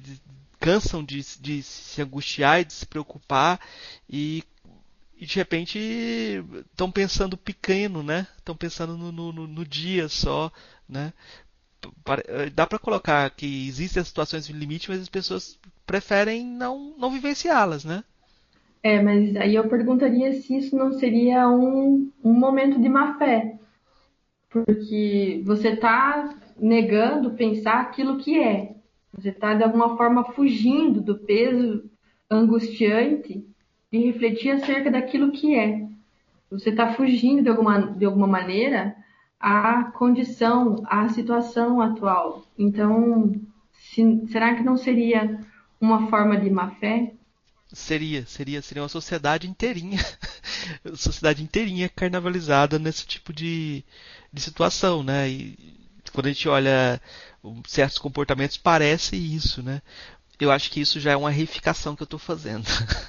se angustiar e de se preocupar e de repente estão pensando pequeno, né? Estão pensando no dia só, né? Dá para colocar que existem as situações de limite, mas as pessoas preferem não vivenciá-las, né? Mas aí eu perguntaria se isso não seria um momento de má fé, porque você está negando pensar aquilo que é. Você está, de alguma forma, fugindo do peso angustiante de refletir acerca daquilo que é. Você está fugindo, de alguma maneira, à condição, à situação atual. Então, será que não seria uma forma de má fé? Seria uma sociedade inteirinha, sociedade inteirinha carnavalizada nesse tipo de situação, né? E quando a gente olha certos comportamentos, parece isso, né? Eu acho que isso já é uma reificação que eu estou fazendo.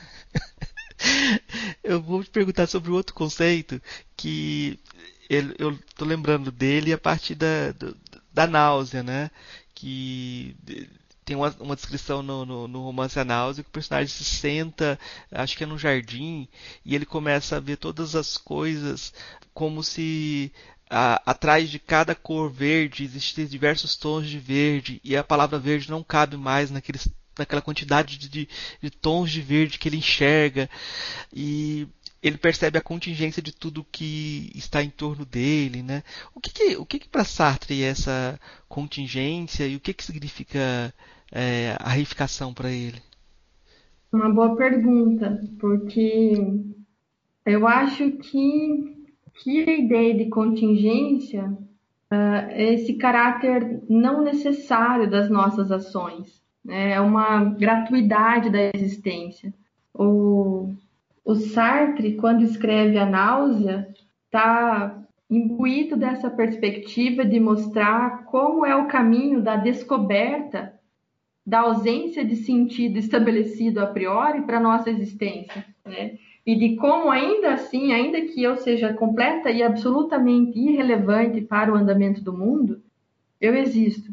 Eu vou te perguntar sobre outro conceito que eu estou lembrando dele a partir da náusea, né? Que tem uma descrição no romance A Náusea que o personagem se senta, acho que é num jardim, e ele começa a ver todas as coisas como se atrás de cada cor verde existem diversos tons de verde, e a palavra verde não cabe mais daquela quantidade de tons de verde que ele enxerga, e ele percebe a contingência de tudo que está em torno dele, né? O que para Sartre é essa contingência e o que significa a reificação para ele? Uma boa pergunta, porque eu acho que a ideia de contingência é esse caráter não necessário das nossas ações, né? É uma gratuidade da existência. O Sartre, quando escreve A Náusea, está imbuído dessa perspectiva de mostrar como é o caminho da descoberta da ausência de sentido estabelecido a priori para a nossa existência, né? E de como, ainda assim, ainda que eu seja completa e absolutamente irrelevante para o andamento do mundo, eu existo.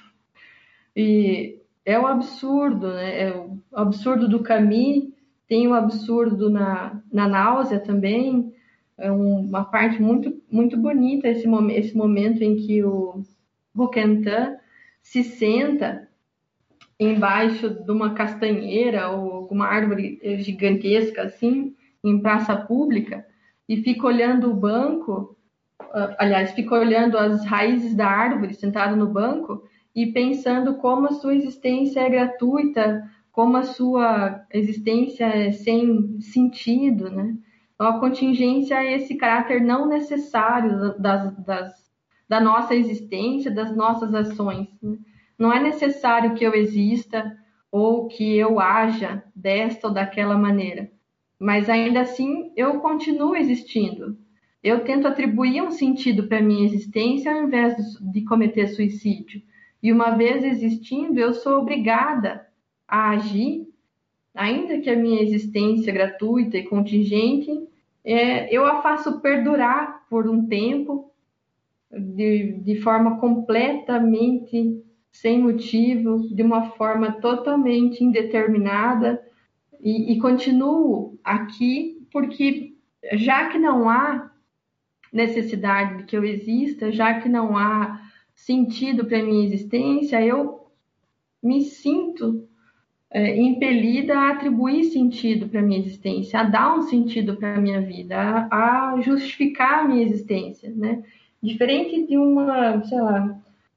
E é um absurdo, né? É o absurdo do Camus, tem o absurdo na Náusea também. É uma parte muito, muito bonita esse momento em que o Roquentin se senta embaixo de uma castanheira ou alguma árvore gigantesca assim, em praça pública, e fica olhando o banco, aliás, fica olhando as raízes da árvore sentado no banco e pensando como a sua existência é gratuita, como a sua existência é sem sentido, né? Então, a contingência é esse caráter não necessário da nossa existência, das nossas ações, né? Não é necessário que eu exista ou que eu haja desta ou daquela maneira, mas ainda assim eu continuo existindo. Eu tento atribuir um sentido para a minha existência ao invés de cometer suicídio. E uma vez existindo, eu sou obrigada a agir, ainda que a minha existência gratuita e contingente, eu a faço perdurar por um tempo, de forma completamente sem motivo, de uma forma totalmente indeterminada, e continuo aqui porque, já que não há necessidade de que eu exista, já que não há sentido para a minha existência, eu me sinto impelida a atribuir sentido para a minha existência, a dar um sentido para a minha vida, a justificar a minha existência, né? Diferente de uma, sei lá,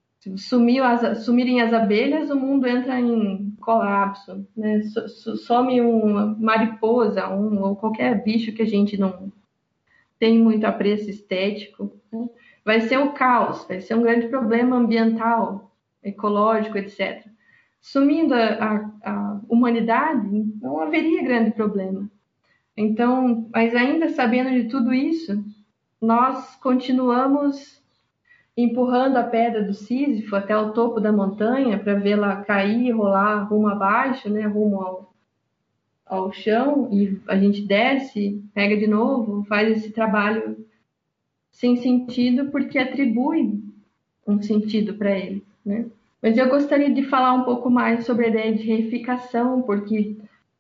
sumirem as abelhas, o mundo entra em colapso, né? Some uma mariposa, ou qualquer bicho que a gente não tem muito apreço estético, né? Vai ser o caos, vai ser um grande problema ambiental, ecológico, etc. Sumindo a humanidade, não haveria grande problema. Então, mas ainda sabendo de tudo isso, nós continuamos empurrando a pedra do Sísifo até o topo da montanha para vê-la cair e rolar rumo abaixo, né, rumo ao chão, e a gente desce, pega de novo, faz esse trabalho sem sentido porque atribui um sentido para ele, né? Mas eu gostaria de falar um pouco mais sobre a ideia de reificação, porque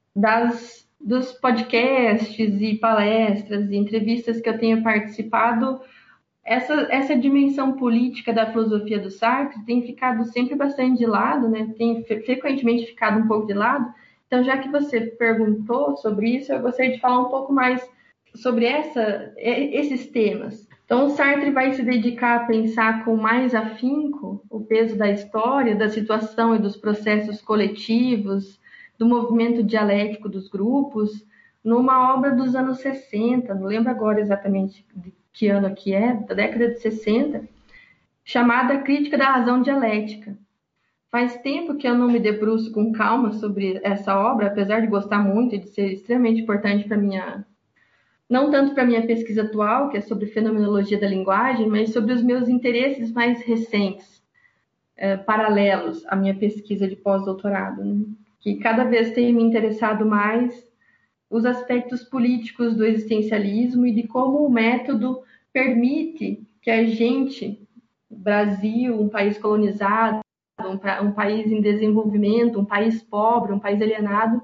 dos podcasts e palestras e entrevistas que eu tenho participado, essa dimensão política da filosofia do Sartre tem ficado sempre bastante de lado, né? Tem frequentemente ficado um pouco de lado. Então, já que você perguntou sobre isso, eu gostaria de falar um pouco mais sobre esses temas. Então, o Sartre vai se dedicar a pensar com mais afinco o peso da história, da situação e dos processos coletivos, do movimento dialético dos grupos, numa obra dos anos 60, não lembro agora exatamente de que ano que é, da década de 60, chamada Crítica da Razão Dialética. Faz tempo que eu não me debruço com calma sobre essa obra, apesar de gostar muito e de ser extremamente importante para minha... não tanto para a minha pesquisa atual, que é sobre fenomenologia da linguagem, mas sobre os meus interesses mais recentes, paralelos à minha pesquisa de pós-doutorado, né? Que cada vez tem me interessado mais os aspectos políticos do existencialismo e de como o método permite que a gente, Brasil, um país colonizado, um país em desenvolvimento, um país pobre, um país alienado,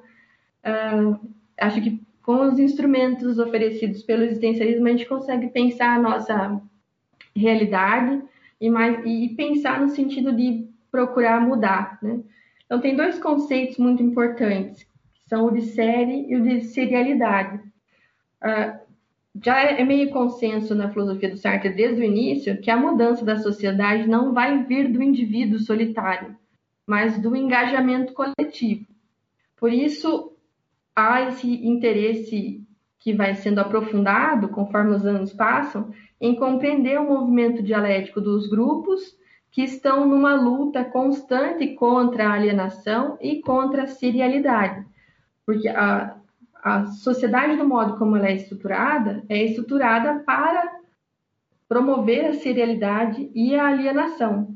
acho que com os instrumentos oferecidos pelo existencialismo a gente consegue pensar a nossa realidade e pensar no sentido de procurar mudar, né? Então, tem dois conceitos muito importantes, que são o de série e o de serialidade. Já é meio consenso na filosofia do Sartre desde o início que a mudança da sociedade não vai vir do indivíduo solitário, mas do engajamento coletivo. Por isso, há esse interesse que vai sendo aprofundado conforme os anos passam em compreender o movimento dialético dos grupos que estão numa luta constante contra a alienação e contra a serialidade. Porque a sociedade, do modo como ela é estruturada para promover a serialidade e a alienação.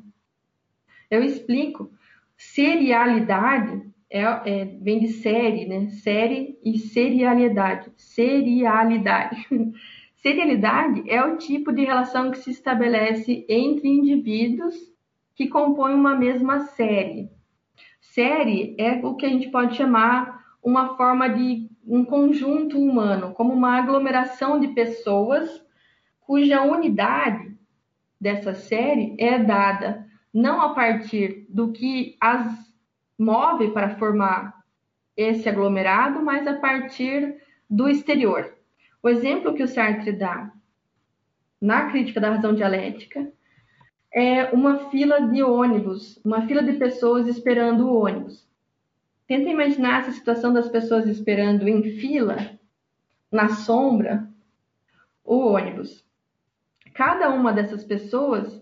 Eu explico. Serialidade vem de série, né? Série e serialidade. Serialidade. Serialidade é o tipo de relação que se estabelece entre indivíduos que compõem uma mesma série. Série é o que a gente pode chamar uma forma de um conjunto humano, como uma aglomeração de pessoas cuja unidade dessa série é dada não a partir do que as move para formar esse aglomerado, mas a partir do exterior. O exemplo que o Sartre dá na crítica da razão dialética é uma fila de ônibus, uma fila de pessoas esperando o ônibus. Tenta imaginar essa situação das pessoas esperando em fila, na sombra, o ônibus. Cada uma dessas pessoas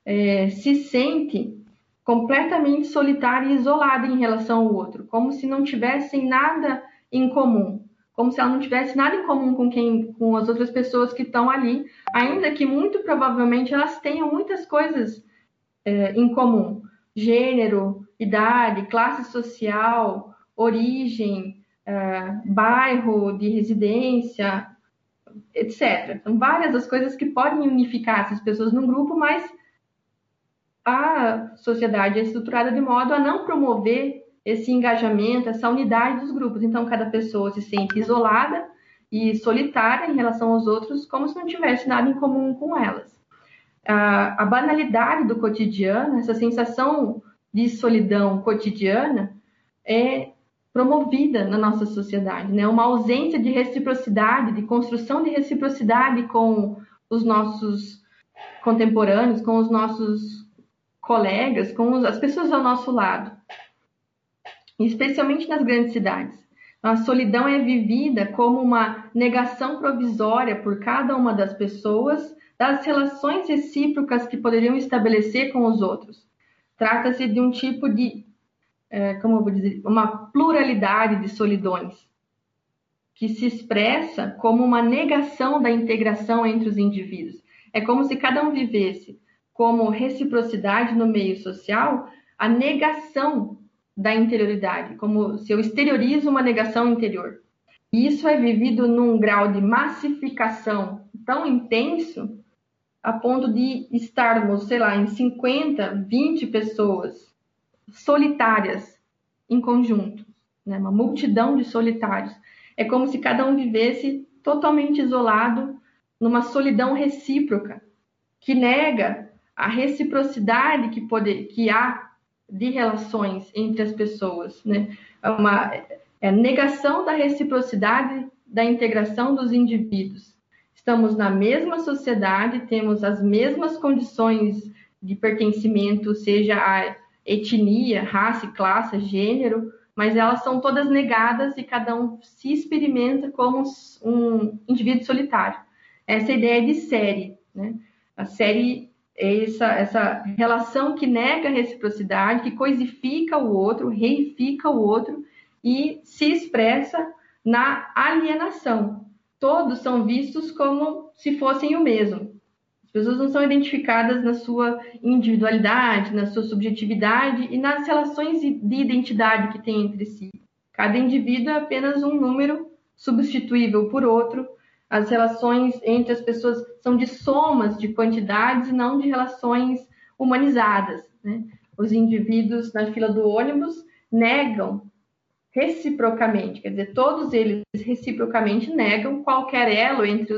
se sente completamente solitária e isolada em relação ao outro, como se não tivessem nada em comum, como se ela não tivesse nada em comum com as outras pessoas que estão ali, ainda que muito provavelmente elas tenham muitas coisas em comum. Gênero, idade, classe social, origem, bairro de residência, etc. São várias as coisas que podem unificar essas pessoas num grupo, mas a sociedade é estruturada de modo a não promover esse engajamento, essa unidade dos grupos. Então, cada pessoa se sente isolada e solitária em relação aos outros, como se não tivesse nada em comum com elas. A banalidade do cotidiano, essa sensação de solidão cotidiana, é promovida na nossa sociedade, né? Uma ausência de reciprocidade, de construção de reciprocidade com os nossos contemporâneos, com os nossos colegas, com as pessoas ao nosso lado, especialmente nas grandes cidades. A solidão é vivida como uma negação provisória por cada uma das pessoas das relações recíprocas que poderiam estabelecer com os outros. Trata-se de um tipo de, uma pluralidade de solidões, que se expressa como uma negação da integração entre os indivíduos. É como se cada um vivesse como reciprocidade no meio social a negação da interioridade, como se eu exteriorizo uma negação interior. E isso é vivido num grau de massificação tão intenso a ponto de estarmos, sei lá, em 50, 20 pessoas solitárias em conjunto, né? Uma multidão de solitários. É como se cada um vivesse totalmente isolado numa solidão recíproca, que nega a reciprocidade que há de relações entre as pessoas, né? É a negação da reciprocidade da integração dos indivíduos. Estamos na mesma sociedade, temos as mesmas condições de pertencimento, seja a etnia, raça, classe, gênero, mas elas são todas negadas e cada um se experimenta como um indivíduo solitário. Essa é a ideia de série, né? A série é essa relação que nega a reciprocidade, que coisifica o outro, reifica o outro e se expressa na alienação. Todos são vistos como se fossem o mesmo. As pessoas não são identificadas na sua individualidade, na sua subjetividade e nas relações de identidade que tem entre si. Cada indivíduo é apenas um número substituível por outro. As relações entre as pessoas são de somas de quantidades e não de relações humanizadas, né? Os indivíduos na fila do ônibus negam reciprocamente, quer dizer, todos eles reciprocamente negam qualquer elo entre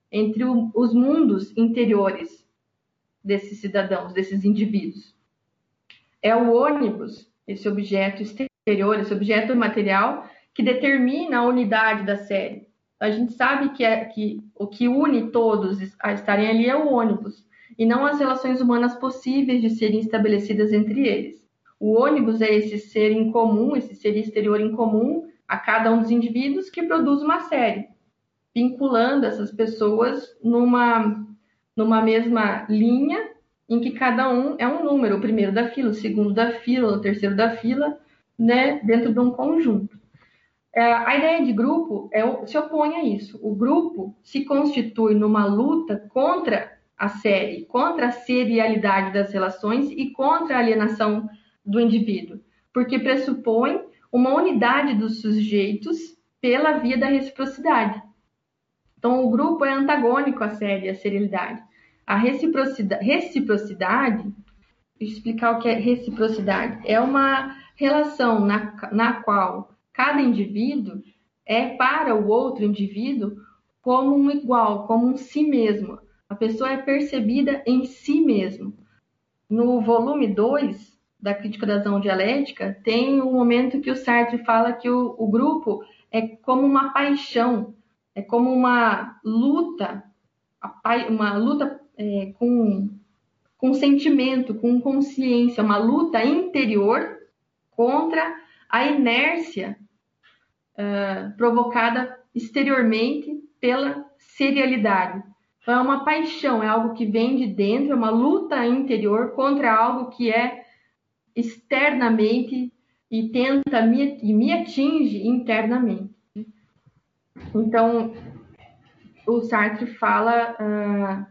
os mundos interiores desses cidadãos, desses indivíduos. É o ônibus, esse objeto exterior, esse objeto material que determina a unidade da série. A gente sabe que o que une todos a estarem ali é o ônibus, e não as relações humanas possíveis de serem estabelecidas entre eles. O ônibus é esse ser em comum, esse ser exterior em comum a cada um dos indivíduos que produz uma série, vinculando essas pessoas numa mesma linha em que cada um é um número, o primeiro da fila, o segundo da fila, o terceiro da fila, né, dentro de um conjunto. A ideia de grupo se opõe a isso. O grupo se constitui numa luta contra a série, contra a serialidade das relações e contra a alienação do indivíduo, porque pressupõe uma unidade dos sujeitos pela via da reciprocidade. Então, o grupo é antagônico à série, à serialidade. A reciprocidade, deixa eu explicar o que é reciprocidade, é uma relação na qual cada indivíduo é para o outro indivíduo como um igual, como um si mesmo. A pessoa é percebida em si mesmo. No volume 2 da Crítica da Razão Dialética, tem um momento que o Sartre fala que o grupo é como uma paixão, é como uma luta com sentimento, com consciência, uma luta interior contra a inércia provocada exteriormente pela serialidade. Então, é uma paixão, é algo que vem de dentro, é uma luta interior contra algo que é externamente e me atinge internamente. Então, o Sartre fala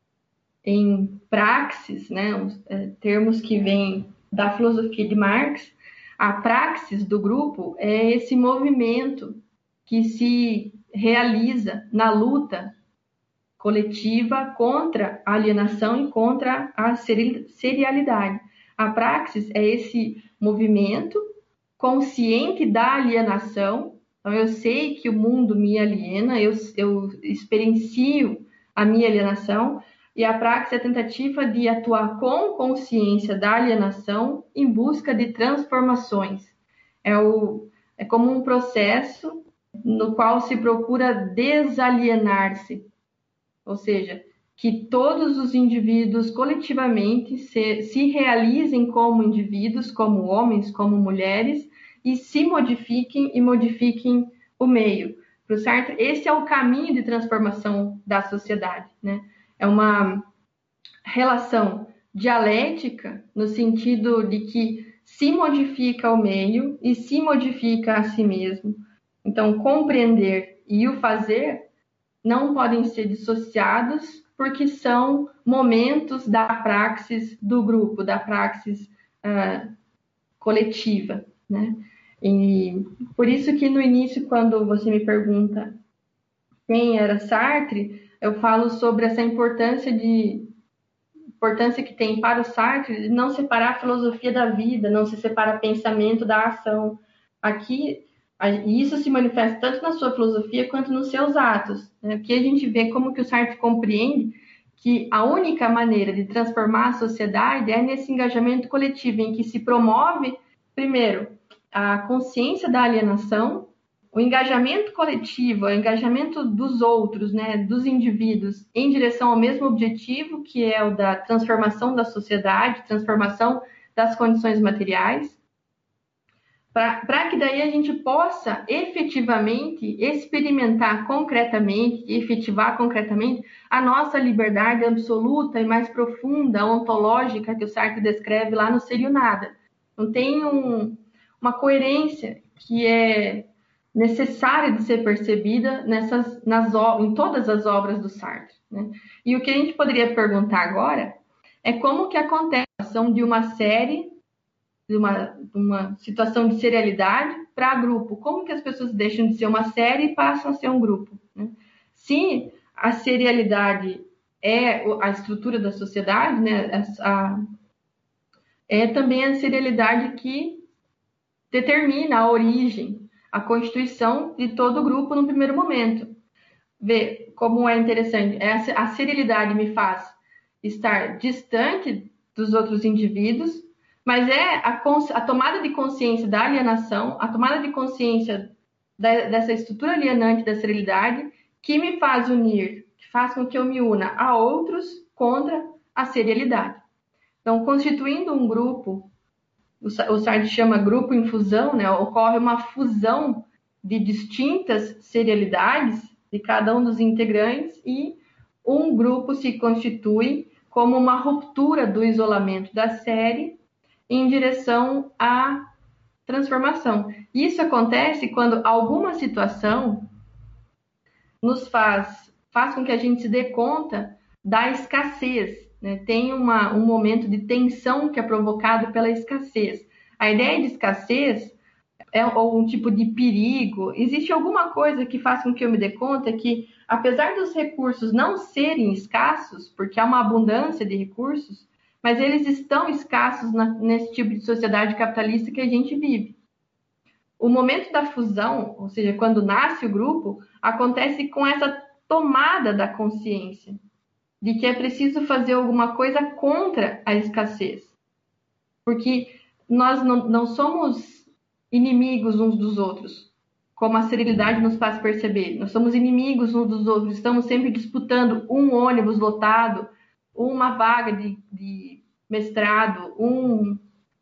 em praxis, né, termos que vêm da filosofia de Marx. A praxis do grupo é esse movimento que se realiza na luta coletiva contra a alienação e contra a serialidade. A praxis é esse movimento consciente da alienação. Então, eu sei que o mundo me aliena, eu experiencio a minha alienação, e a praxis é a tentativa de atuar com consciência da alienação em busca de transformações. É como um processo no qual se procura desalienar-se, ou seja, que todos os indivíduos coletivamente se realizem como indivíduos, como homens, como mulheres, e se modifiquem e modifiquem o meio. Para o Sartre, esse é o caminho de transformação da sociedade, né? É uma relação dialética no sentido de que se modifica o meio e se modifica a si mesmo. Então, compreender e o fazer não podem ser dissociados porque são momentos da praxis do grupo, da praxis coletiva, né? E por isso que no início, quando você me pergunta quem era Sartre, eu falo sobre essa importância que tem para o Sartre de não separar a filosofia da vida, não se separa pensamento da ação. Aqui, isso se manifesta tanto na sua filosofia quanto nos seus atos, né? Aqui a gente vê como que o Sartre compreende que a única maneira de transformar a sociedade é nesse engajamento coletivo, em que se promove, primeiro, a consciência da alienação, o engajamento coletivo, o engajamento dos outros, né, dos indivíduos, em direção ao mesmo objetivo, que é o da transformação da sociedade, transformação das condições materiais, para que daí a gente possa efetivamente experimentar concretamente, efetivar concretamente a nossa liberdade absoluta e mais profunda, ontológica, que o Sartre descreve lá no Ser e o Nada. Então, tem uma coerência que é necessária de ser percebida em todas as obras do Sartre, né? E o que a gente poderia perguntar agora é como que acontece a ação de uma série, de uma situação de serialidade para grupo. Como que as pessoas deixam de ser uma série e passam a ser um grupo, né? Se a serialidade é a estrutura da sociedade, né, é também a serialidade que determina a origem, a constituição de todo o grupo no primeiro momento. Vê como é interessante. A serialidade me faz estar distante dos outros indivíduos, Mas é a tomada de consciência da alienação, a tomada de consciência dessa estrutura alienante da serialidade que me faz unir, que faz com que eu me una a outros contra a serialidade. Então, constituindo um grupo, o Sartre chama grupo em fusão, né? Ocorre uma fusão de distintas serialidades de cada um dos integrantes e um grupo se constitui como uma ruptura do isolamento da série em direção à transformação. Isso acontece quando alguma situação nos faz com que a gente se dê conta da escassez, né? Tem um momento de tensão que é provocado pela escassez. A ideia de escassez ou um tipo de perigo. Existe alguma coisa que faz com que eu me dê conta que, apesar dos recursos não serem escassos, porque há uma abundância de recursos, mas eles estão escassos nesse tipo de sociedade capitalista que a gente vive. O momento da fusão, ou seja, quando nasce o grupo, acontece com essa tomada da consciência de que é preciso fazer alguma coisa contra a escassez. Porque nós não somos inimigos uns dos outros, como a serialidade nos faz perceber. Nós somos inimigos uns dos outros, estamos sempre disputando um ônibus lotado, uma vaga de mestrado, um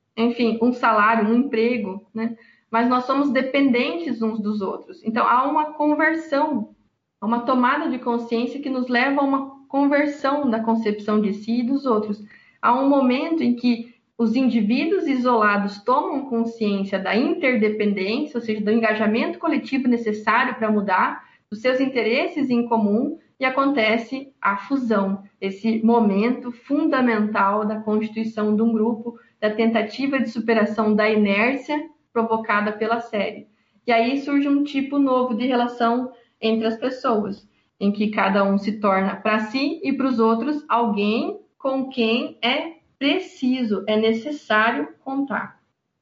salário, um emprego, né? Mas nós somos dependentes uns dos outros. Então, há uma conversão, uma tomada de consciência que nos leva a uma conversão da concepção de si e dos outros. Há um momento em que os indivíduos isolados tomam consciência da interdependência, ou seja, do engajamento coletivo necessário para mudar, dos seus interesses em comum, e acontece a fusão, esse momento fundamental da constituição de um grupo, da tentativa de superação da inércia provocada pela série. E aí surge um tipo novo de relação entre as pessoas, em que cada um se torna para si e para os outros alguém com quem é preciso, é necessário contar.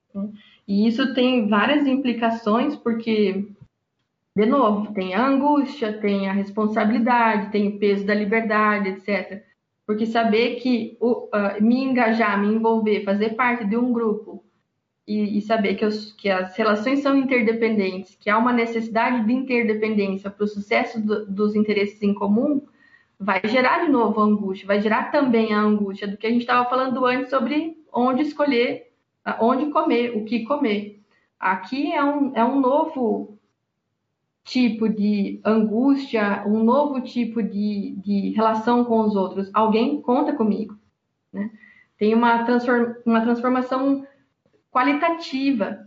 E isso tem várias implicações, porque, de novo, tem a angústia, tem a responsabilidade, tem o peso da liberdade, etc. Porque saber que me engajar, me envolver, fazer parte de um grupo e saber que as relações são interdependentes, que há uma necessidade de interdependência para o sucesso dos interesses em comum, vai gerar de novo a angústia, vai gerar também a angústia do que a gente estava falando antes sobre onde escolher, onde comer, o que comer. Aqui é um novo tipo de angústia, um novo tipo de relação com os outros. Alguém conta comigo, né? Tem uma transformação qualitativa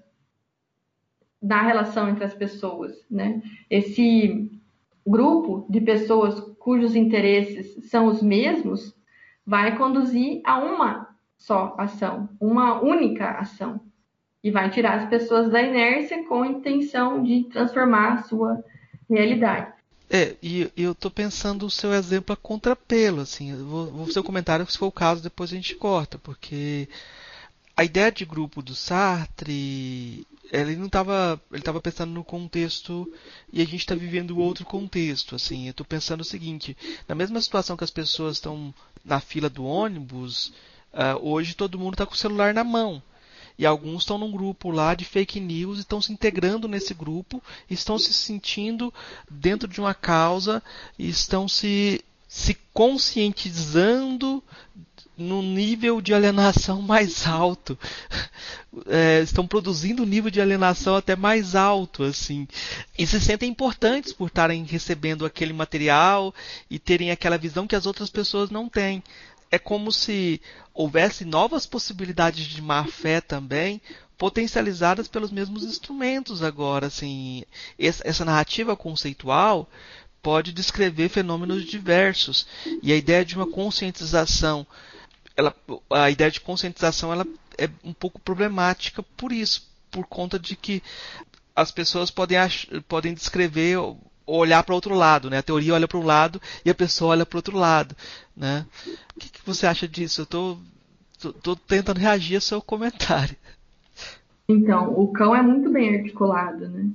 da relação entre as pessoas, né? Esse grupo de pessoas cujos interesses são os mesmos vai conduzir a uma só ação, uma única ação, e vai tirar as pessoas da inércia com a intenção de transformar a sua realidade. E eu tô pensando o seu exemplo a contrapelo, assim, eu vou fazer um comentário, se for o caso, depois a gente corta, porque a ideia de grupo do Sartre, ele estava pensando no contexto e a gente está vivendo outro contexto, assim. Eu estou pensando o seguinte: na mesma situação que as pessoas estão na fila do ônibus, hoje todo mundo está com o celular na mão. E alguns estão num grupo lá de fake news, estão se integrando nesse grupo, estão se sentindo dentro de uma causa, estão se conscientizando no nível de alienação mais alto. Estão produzindo um nível de alienação até mais alto, assim, e se sentem importantes por estarem recebendo aquele material e terem aquela visão que as outras pessoas não têm. É como se houvesse novas possibilidades de má fé também, potencializadas pelos mesmos instrumentos agora, assim. Essa narrativa conceitual pode descrever fenômenos diversos, e a ideia de uma conscientização, a ideia de conscientização ela é um pouco problemática por isso, por conta de que as pessoas podem descrever ou olhar para o outro lado, né? A teoria olha para um lado e a pessoa olha para o outro lado, né? O que você acha disso? Eu tô tentando reagir ao seu comentário. Então, o cão é muito bem articulado, né?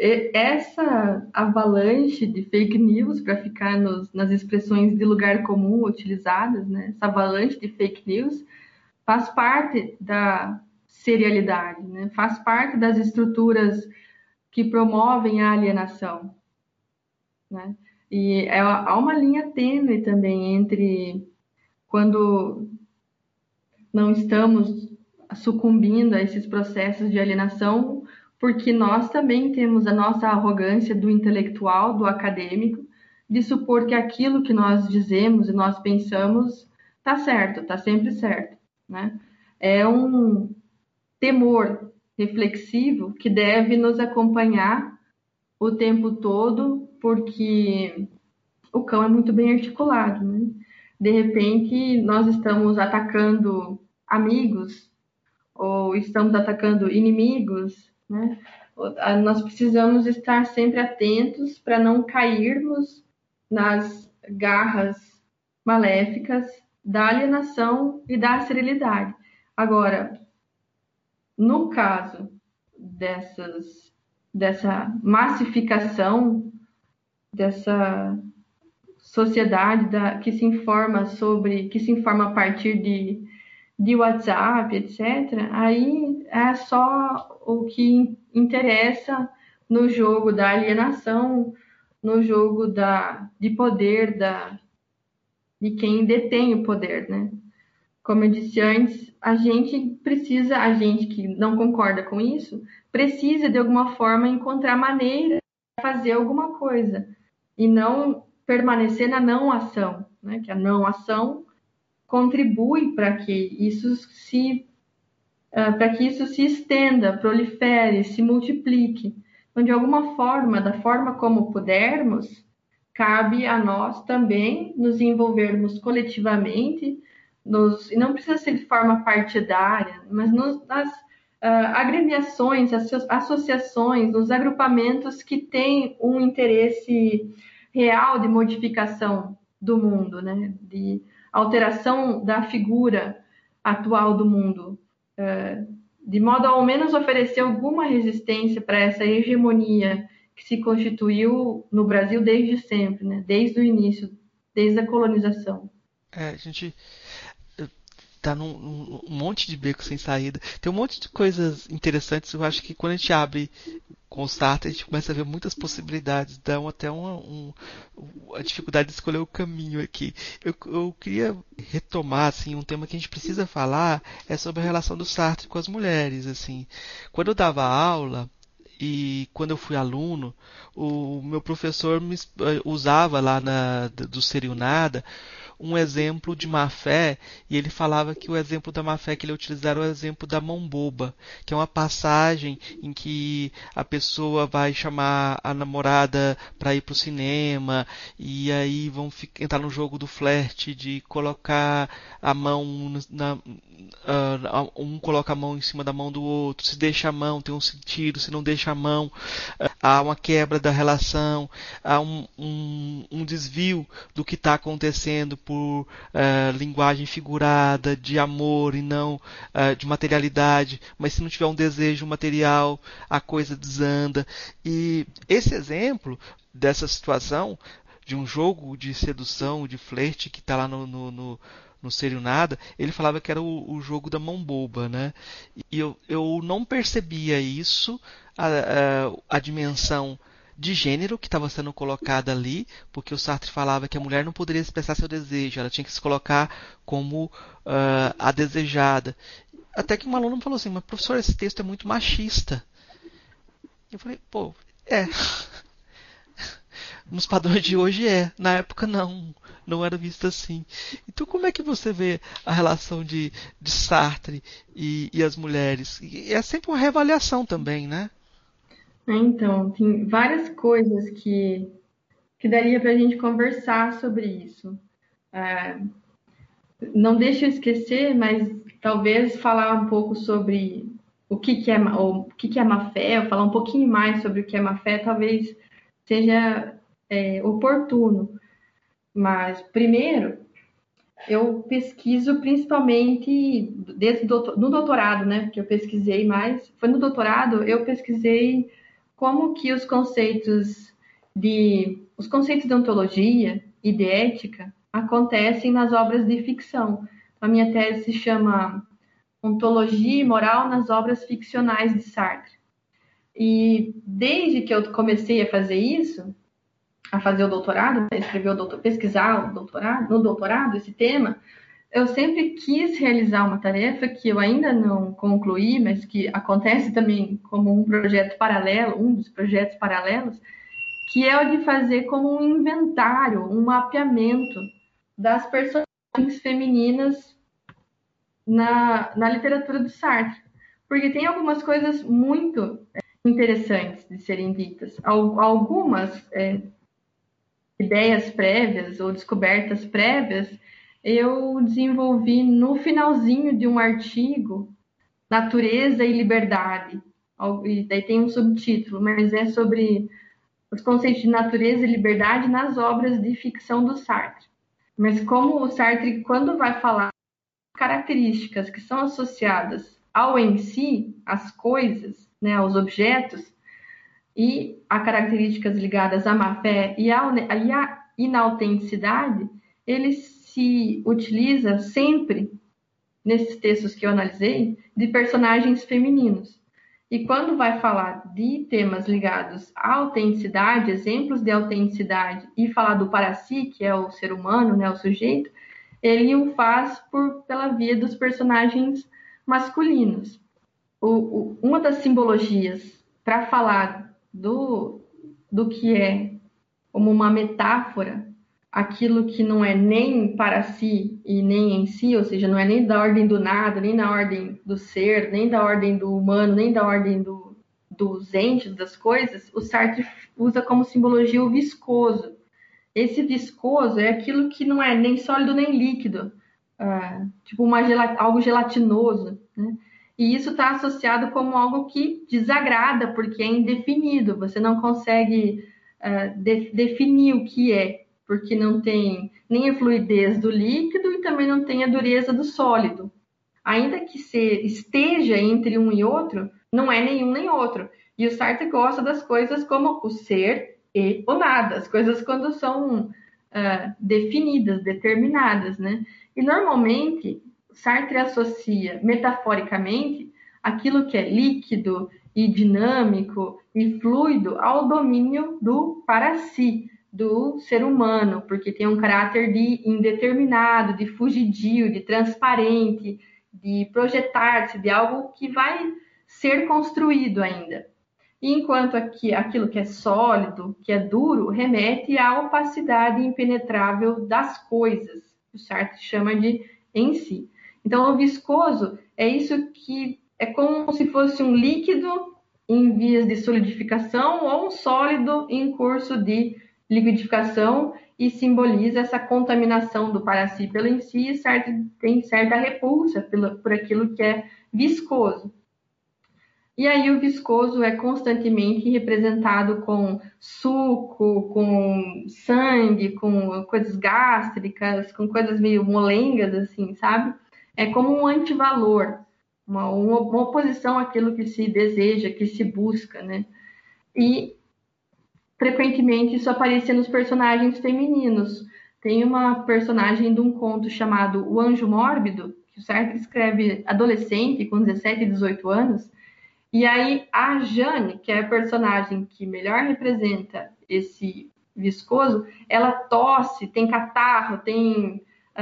Essa avalanche de fake news, para ficar nas expressões de lugar comum utilizadas, né? Essa avalanche de fake news faz parte da serialidade, né? Faz parte das estruturas que promovem a alienação, né? E há uma linha tênue também entre quando não estamos sucumbindo a esses processos de alienação, porque nós também temos a nossa arrogância do intelectual, do acadêmico, de supor que aquilo que nós dizemos e nós pensamos está certo, está sempre certo, né? É um temor reflexivo que deve nos acompanhar o tempo todo, porque o cão é muito bem articulado, né? De repente, nós estamos atacando amigos ou estamos atacando inimigos, né? Nós precisamos estar sempre atentos para não cairmos nas garras maléficas da alienação e da esterilidade. Agora, no caso dessa massificação, dessa sociedade que se informa a partir de WhatsApp, etc., aí é só o que interessa no jogo da alienação, no jogo de poder de quem detém o poder, né? Como eu disse antes, a gente que não concorda com isso, precisa de alguma forma encontrar maneira de fazer alguma coisa e não permanecer na não ação, né? Que a não ação contribui para que isso se estenda, prolifere, se multiplique. Então, de alguma forma, da forma como pudermos, cabe a nós também nos envolvermos coletivamente, e não precisa ser de forma partidária, mas nas agremiações, associações, nos agrupamentos que têm um interesse real de modificação do mundo, né? De alteração da figura atual do mundo, de modo a ao menos oferecer alguma resistência para essa hegemonia que se constituiu no Brasil desde sempre, né? Desde o início, desde a colonização. A gente tá num monte de beco sem saída. Tem um monte de coisas interessantes. Eu acho que quando a gente abre com o Sartre, a gente começa a ver muitas possibilidades. Dá até a dificuldade de escolher o caminho aqui. Eu queria retomar assim, um tema que a gente precisa falar é sobre a relação do Sartre com as mulheres. Assim. Quando eu dava aula, e quando eu fui aluno, o meu professor usava lá do Ser e o Nada um exemplo de má-fé, e ele falava que o exemplo da má-fé que ele utilizava era o exemplo da mão boba, que é uma passagem em que a pessoa vai chamar a namorada para ir pro cinema, e aí vão entrar no jogo do flerte, de colocar a mão um coloca a mão em cima da mão do outro, se deixa a mão tem um sentido, se não deixa a mão há uma quebra da relação, há um desvio do que está acontecendo por linguagem figurada de amor e não de materialidade, mas se não tiver um desejo material, a coisa desanda. E esse exemplo dessa situação de um jogo de sedução, de flerte que está lá no Ser e o Nada, ele falava que era o jogo da mão boba, né? E eu não percebia isso, a dimensão de gênero que estava sendo colocada ali, porque o Sartre falava que a mulher não poderia expressar seu desejo, ela tinha que se colocar como a desejada. Até que um aluno me falou assim, mas professor, esse texto é muito machista. Eu falei, pô, nos padrões de hoje na época não era visto assim. Então como é que você vê a relação de Sartre e as mulheres? E é sempre uma reavaliação também, né? Então, tem várias coisas que daria para a gente conversar sobre isso. Não deixe eu esquecer, mas talvez falar um pouco sobre o que é má-fé, ou falar um pouquinho mais sobre o que é má-fé, talvez seja oportuno. Mas, primeiro, eu pesquiso principalmente no doutorado, né? Porque eu pesquisei mais. Foi no doutorado, eu pesquisei como que os conceitos de ontologia e de ética acontecem nas obras de ficção. A minha tese se chama ontologia e moral nas obras ficcionais de Sartre. E desde que eu comecei a fazer isso, a fazer o doutorado, pesquisar no doutorado esse tema, eu sempre quis realizar uma tarefa que eu ainda não concluí, mas que acontece também como um projeto paralelo, um dos projetos paralelos, que é o de fazer como um inventário, um mapeamento das personagens femininas na literatura do Sartre. Porque tem algumas coisas muito interessantes de serem ditas. Algumas ideias prévias ou descobertas prévias eu desenvolvi no finalzinho de um artigo, Natureza e Liberdade. E daí tem um subtítulo, mas é sobre os conceitos de natureza e liberdade nas obras de ficção do Sartre. Mas como o Sartre, quando vai falar características que são associadas ao em si, às coisas, né, aos objetos, e a características ligadas à má-fé e à inautenticidade, ele se utiliza sempre, nesses textos que eu analisei, de personagens femininos. E quando vai falar de temas ligados à autenticidade, exemplos de autenticidade, e falar do para si, que é o ser humano, né, o sujeito, ele o faz pela via dos personagens masculinos. Uma das simbologias para falar do que é como uma metáfora, aquilo que não é nem para si e nem em si, ou seja, não é nem da ordem do nada, nem na ordem do ser, nem da ordem do humano, nem da ordem dos entes, das coisas, o Sartre usa como simbologia o viscoso. Esse viscoso é aquilo que não é nem sólido nem líquido, tipo algo gelatinoso, né? E isso está associado como algo que desagrada, porque é indefinido, você não consegue definir o que é, porque não tem nem a fluidez do líquido e também não tem a dureza do sólido. Ainda que esteja entre um e outro, não é nenhum nem outro. E o Sartre gosta das coisas como o ser e o nada, as coisas quando são definidas, determinadas, né? E normalmente Sartre associa metaforicamente aquilo que é líquido e dinâmico e fluido ao domínio do para si, do ser humano, porque tem um caráter de indeterminado, de fugidio, de transparente, de projetar-se, de algo que vai ser construído ainda. Enquanto aquilo que é sólido, que é duro, remete à opacidade impenetrável das coisas, que o Sartre chama de em si. Então, o viscoso é isso que é como se fosse um líquido em vias de solidificação ou um sólido em curso de liquidificação e simboliza essa contaminação do para si pelo em si, e Sartre tem certa repulsa por aquilo que é viscoso. E aí o viscoso é constantemente representado com suco, com sangue, com coisas gástricas, com coisas meio molengas, assim, sabe? É como um antivalor, uma oposição àquilo que se deseja, que se busca, né? E frequentemente isso aparecia nos personagens femininos. Tem uma personagem de um conto chamado O Anjo Mórbido, que o Sartre escreve adolescente, com 17 e 18 anos, e aí a Jane, que é a personagem que melhor representa esse viscoso, ela tosse, tem catarro, tem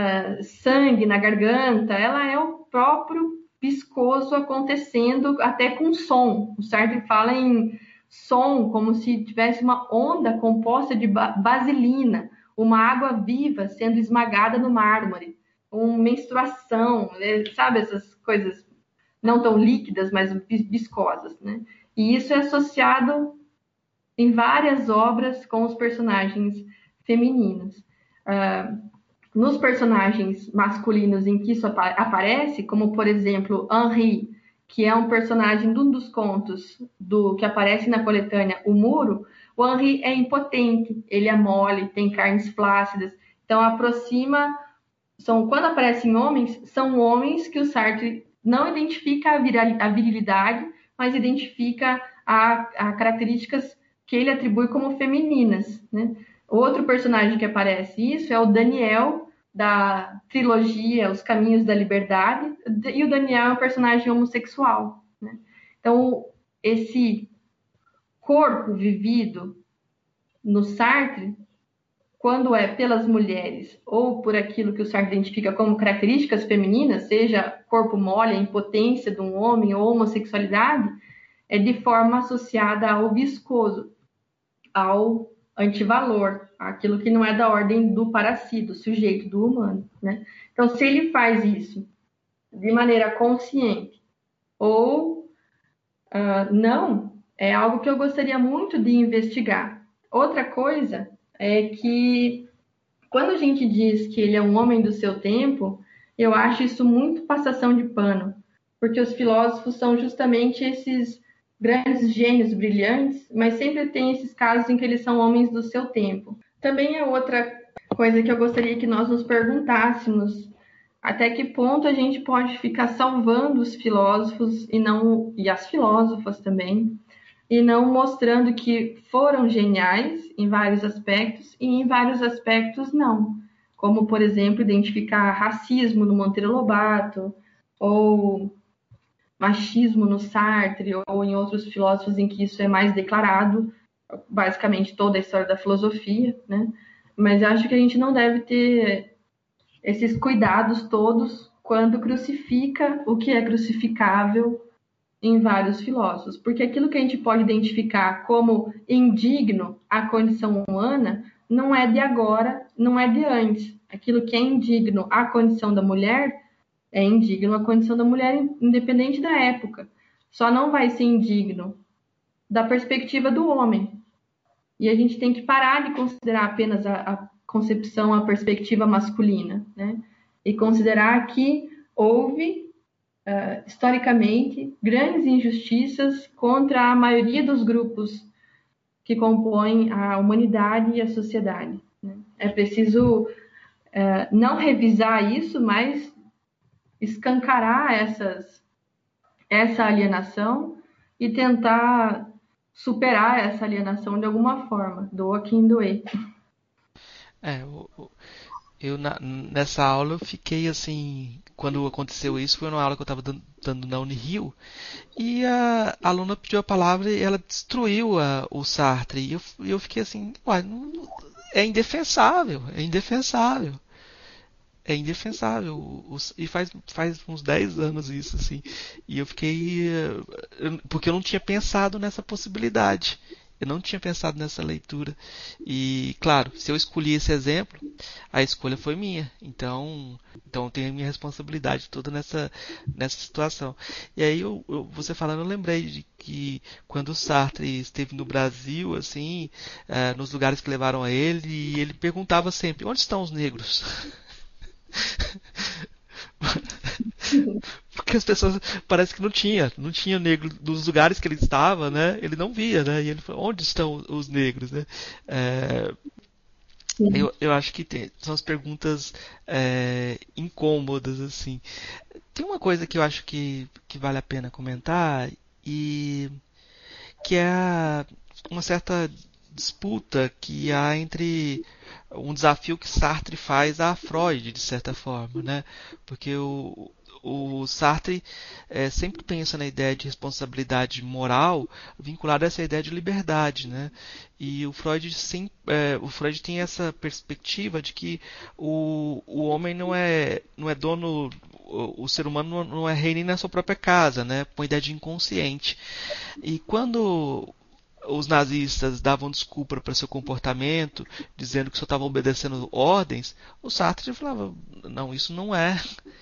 sangue na garganta, ela é o próprio viscoso acontecendo até com som. O Sartre fala em som como se tivesse uma onda composta de vaselina, uma água viva sendo esmagada no mármore, uma menstruação, sabe, essas coisas não tão líquidas, mas viscosas, né? E isso é associado em várias obras com os personagens femininos. Nos personagens masculinos em que isso aparece, como, por exemplo, Henri, que é um personagem de um dos contos que aparece na coletânea O Muro, o Henri é impotente, ele é mole, tem carnes flácidas, então quando aparecem homens, são homens que o Sartre não identifica a virilidade, mas identifica a características que ele atribui como femininas, né? Outro personagem que aparece isso é o Daniel, da trilogia Os Caminhos da Liberdade, e o Daniel é um personagem homossexual, né? Então, esse corpo vivido no Sartre, quando é pelas mulheres ou por aquilo que o Sartre identifica como características femininas, seja corpo mole, a impotência de um homem ou homossexualidade, é de forma associada ao viscoso, ao antivalor, aquilo que não é da ordem do para si, do sujeito, do humano, né? Então, se ele faz isso de maneira consciente ou não, é algo que eu gostaria muito de investigar. Outra coisa é que quando a gente diz que ele é um homem do seu tempo, eu acho isso muito passação de pano, porque os filósofos são justamente esses grandes gênios brilhantes, mas sempre tem esses casos em que eles são homens do seu tempo. Também é outra coisa que eu gostaria que nós nos perguntássemos: até que ponto a gente pode ficar salvando os filósofos e as filósofas também, e não mostrando que foram geniais em vários aspectos e em vários aspectos não. Como, por exemplo, identificar racismo no Monteiro Lobato, ou machismo no Sartre, ou em outros filósofos em que isso é mais declarado, basicamente toda a história da filosofia, né? Mas eu acho que a gente não deve ter esses cuidados todos quando crucifica o que é crucificável em vários filósofos, porque aquilo que a gente pode identificar como indigno à condição humana não é de agora, não é de antes. Aquilo que é indigno à condição da mulher é indigno à condição da mulher, independente da época. Só não vai ser indigno da perspectiva do homem. E a gente tem que parar de considerar apenas a concepção, a perspectiva masculina, né? E considerar que houve historicamente, grandes injustiças contra a maioria dos grupos que compõem a humanidade e a sociedade, né? É preciso não revisar isso, mas escancarar essa alienação e tentar superar essa alienação de alguma forma, doa quem doer. É, nessa aula eu fiquei assim, quando aconteceu isso, foi numa aula que eu estava dando na Unirio, e a aluna pediu a palavra e ela destruiu o Sartre, e eu fiquei assim, uai, é indefensável, é indefensável. É indefensável. E faz uns 10 anos isso, assim. E eu fiquei. Porque eu não tinha pensado nessa possibilidade. Eu não tinha pensado nessa leitura. E, claro, se eu escolhi esse exemplo, a escolha foi minha. Então eu tenho a minha responsabilidade toda nessa situação. E aí, você falando, eu lembrei de que quando o Sartre esteve no Brasil, assim, nos lugares que levaram a ele, ele perguntava sempre: onde estão os negros? Porque as pessoas parece que não tinha negro nos lugares que ele estava, né? Ele não via, né? E ele falou: onde estão os negros, né? Eu acho que são as perguntas incômodas, assim. Tem uma coisa que eu acho que vale a pena comentar, e que é uma certa disputa que há entre um desafio que Sartre faz a Freud, de certa forma, né? Porque o Sartre sempre pensa na ideia de responsabilidade moral vinculada a essa ideia de liberdade, né? E o Freud tem essa perspectiva de que o homem não é dono, o ser humano não é rei nem na sua própria casa, né? Com a ideia de inconsciente. E quando os nazistas davam desculpa para seu comportamento, dizendo que só estavam obedecendo ordens, o Sartre falava: não, isso não é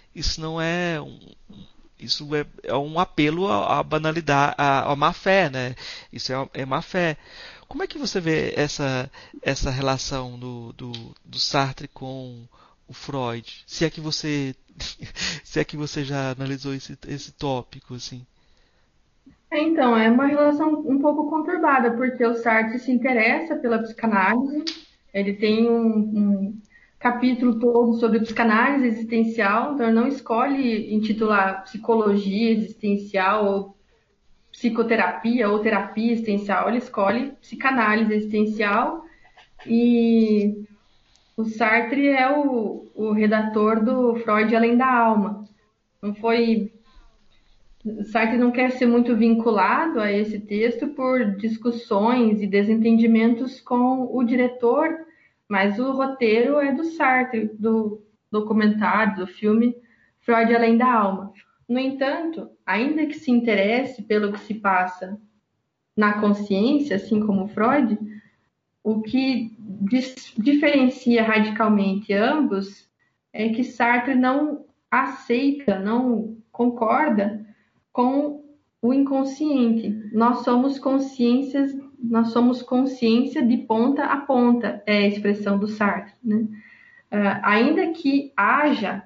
isso é um apelo à banalidade, à má fé, né? Isso é má fé. Como é que você vê essa relação do Sartre com o Freud? Se é que você se é que você já analisou esse tópico, assim. Então, é uma relação um pouco conturbada, porque o Sartre se interessa pela psicanálise, ele tem um capítulo todo sobre psicanálise existencial, então ele não escolhe intitular psicologia existencial ou psicoterapia ou terapia existencial, ele escolhe psicanálise existencial e O Sartre é o redator do Freud Além da Alma. Não foi. Sartre não quer ser muito vinculado a esse texto por discussões e desentendimentos com o diretor, mas o roteiro é do Sartre, do documentário, do filme Freud Além da Alma. No entanto, ainda que se interesse pelo que se passa na consciência, assim como Freud, o que diferencia radicalmente ambos é que Sartre não aceita, não concorda com o inconsciente. Nós somos consciência de ponta a ponta, é a expressão do Sartre, né? Ainda que haja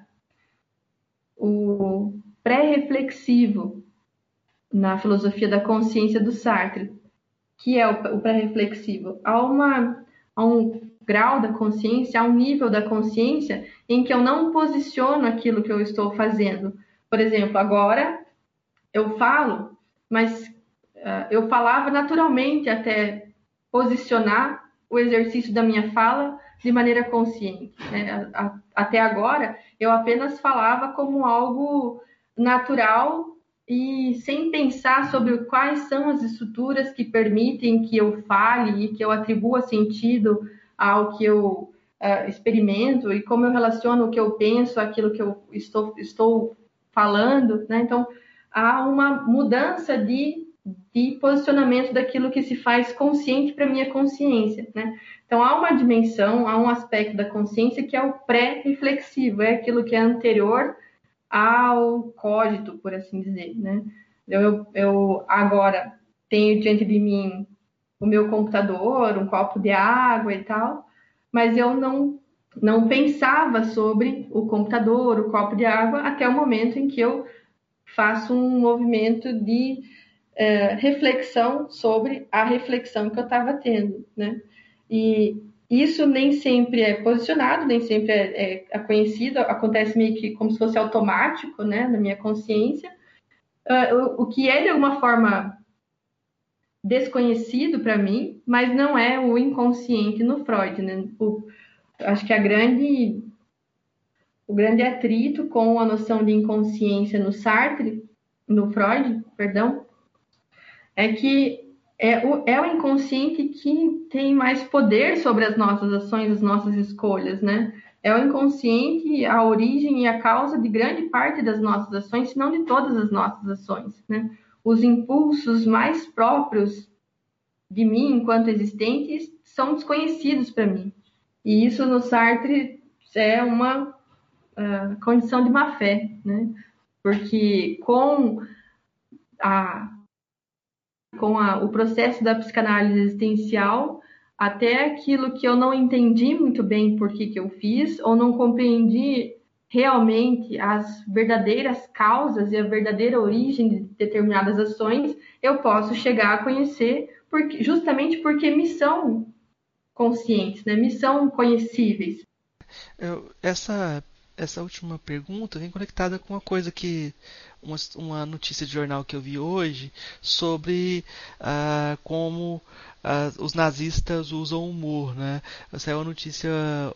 o pré-reflexivo na filosofia da consciência do Sartre, que é o pré-reflexivo, há um grau da consciência, há um nível da consciência em que eu não posiciono aquilo que eu estou fazendo. Por exemplo, agora eu falo, mas eu falava naturalmente até posicionar o exercício da minha fala de maneira consciente, né? Até agora, eu apenas falava como algo natural e sem pensar sobre quais são as estruturas que permitem que eu fale e que eu atribua sentido ao que eu experimento e como eu relaciono o que eu penso àquilo que eu estou falando, né? Então, há uma mudança de posicionamento daquilo que se faz consciente para a minha consciência, né? Então, há uma dimensão, há um aspecto da consciência que é o pré-reflexivo, é aquilo que é anterior ao cógito, por assim dizer, né? Eu agora tenho diante de mim o meu computador, um copo de água e tal, mas eu não pensava sobre o computador, o copo de água, até o momento em que eu faço um movimento de reflexão sobre a reflexão que eu estava tendo, né? E isso nem sempre é posicionado, nem sempre é conhecido, acontece meio que como se fosse automático, né, na minha consciência. O que é, de alguma forma, desconhecido para mim, mas não é o inconsciente no Freud, né? Acho que o grande atrito com a noção de inconsciência no Freud, perdão, é que é o inconsciente que tem mais poder sobre as nossas ações, as nossas escolhas, né? É o inconsciente a origem e a causa de grande parte das nossas ações, se não de todas as nossas ações, né? Os impulsos mais próprios de mim, enquanto existentes, são desconhecidos para mim. E isso no Sartre é uma condição de má fé, né? Porque com o processo da psicanálise existencial, até aquilo que eu não entendi muito bem por que eu fiz, ou não compreendi realmente as verdadeiras causas e a verdadeira origem de determinadas ações, eu posso chegar a conhecer justamente porque me são conscientes, né? Me são conhecíveis. Essa última pergunta vem conectada com uma coisa que uma notícia de jornal que eu vi hoje sobre como os nazistas usam o humor, né? Essa é uma notícia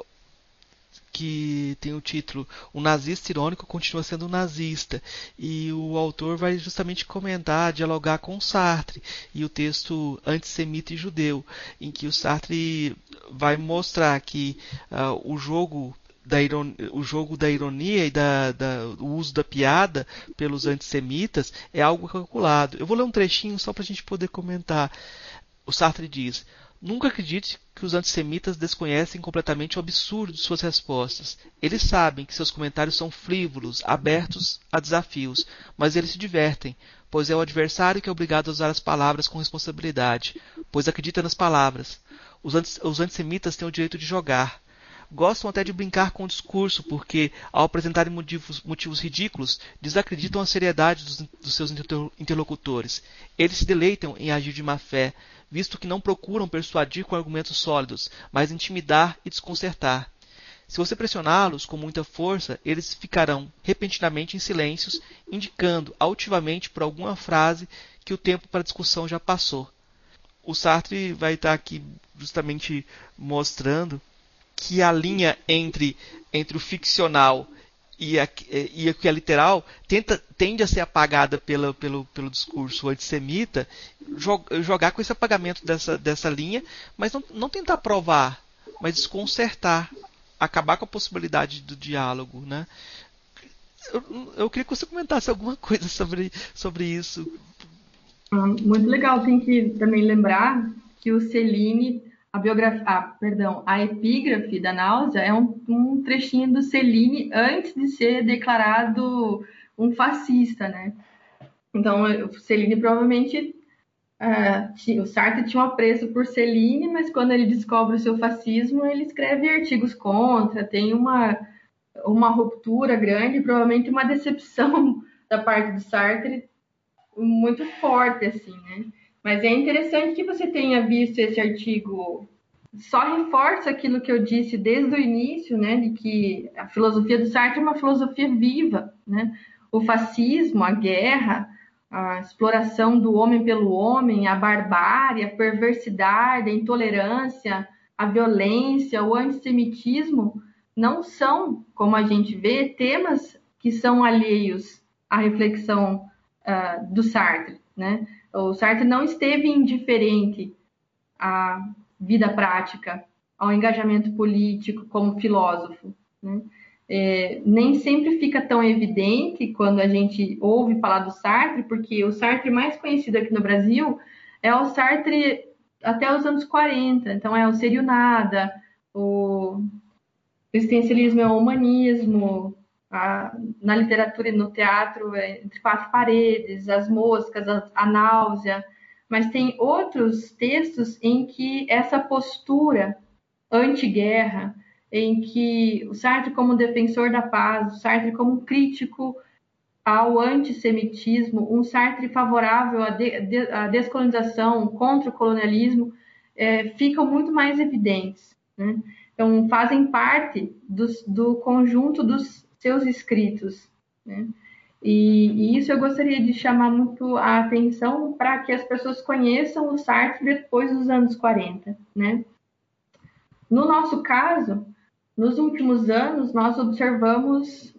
que tem o título "O nazista irônico continua sendo um nazista", e o autor vai justamente comentar, dialogar com Sartre e o texto Antissemita e Judeu, em que o Sartre vai mostrar que o jogo da ironia e o uso da piada pelos antissemitas é algo calculado. Eu vou ler um trechinho só para a gente poder comentar. O Sartre diz: "Nunca acredite que os antissemitas desconhecem completamente o absurdo de suas respostas. Eles sabem que seus comentários são frívolos, abertos a desafios, mas eles se divertem, pois é o adversário que é obrigado a usar as palavras com responsabilidade, pois acredita nas palavras. Os antissemitas têm o direito de jogar. Gostam até de brincar com o discurso, porque, ao apresentarem motivos ridículos, desacreditam a seriedade dos seus interlocutores. Eles se deleitam em agir de má fé, visto que não procuram persuadir com argumentos sólidos, mas intimidar e desconcertar. Se você pressioná-los com muita força, eles ficarão repentinamente em silêncios, indicando altivamente por alguma frase que o tempo para discussão já passou." O Sartre vai estar aqui justamente mostrando que a linha entre o ficcional e o que é literal tende a ser apagada pelo discurso antissemita, jogar com esse apagamento dessa linha, mas não tentar provar, mas desconcertar, acabar com a possibilidade do diálogo, né? Eu queria que você comentasse alguma coisa sobre isso. Muito legal, tem que também lembrar que o Cellini, a epígrafe da náusea é um trechinho do Cellini antes de ser declarado um fascista, né? Então, o Cellini provavelmente, o Sartre tinha um apreço por Cellini, mas quando ele descobre o seu fascismo, ele escreve artigos contra, tem uma ruptura grande, provavelmente uma decepção da parte do Sartre muito forte, assim, né? Mas é interessante que você tenha visto esse artigo. Só reforça aquilo que eu disse desde o início, né? De que a filosofia do Sartre é uma filosofia viva, né? O fascismo, a guerra, a exploração do homem pelo homem, a barbárie, a perversidade, a intolerância, a violência, o antissemitismo, não são, como a gente vê, temas que são alheios à reflexão do Sartre, né? O Sartre não esteve indiferente à vida prática, ao engajamento político como filósofo, né? Nem sempre fica tão evidente quando a gente ouve falar do Sartre, porque o Sartre mais conhecido aqui no Brasil é o Sartre até os anos 40, então é o Ser e o Nada, o existencialismo é o humanismo, na literatura e no teatro, Entre Quatro Paredes, As Moscas, a Náusea, mas tem outros textos em que essa postura anti-guerra, em que o Sartre como defensor da paz, o Sartre como crítico ao antissemitismo, um Sartre favorável à descolonização, contra o colonialismo, ficam muito mais evidentes, né? Então, fazem parte do conjunto dos seus escritos, né? E isso eu gostaria de chamar muito a atenção para que as pessoas conheçam o Sartre depois dos anos 40, né? No nosso caso, nos últimos anos, nós observamos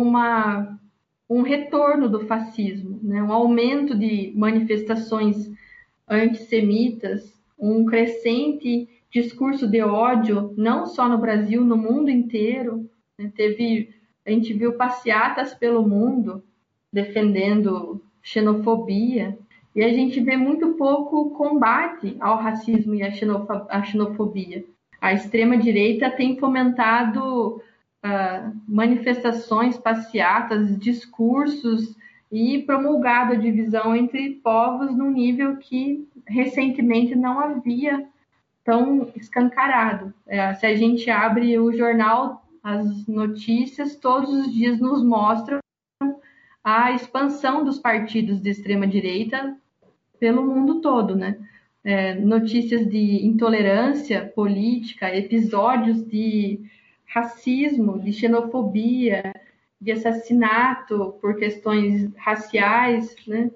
um retorno do fascismo, né? Um aumento de manifestações antissemitas, um crescente discurso de ódio, não só no Brasil, no mundo inteiro, né? A gente viu passeatas pelo mundo defendendo xenofobia, e a gente vê muito pouco combate ao racismo e à xenofobia. A extrema-direita tem fomentado manifestações, passeatas, discursos e promulgado a divisão entre povos num nível que recentemente não havia tão escancarado. Se a gente abre o jornal, as notícias todos os dias nos mostram a expansão dos partidos de extrema-direita pelo mundo todo, né? Notícias de intolerância política, episódios de racismo, de xenofobia, de assassinato por questões raciais, né?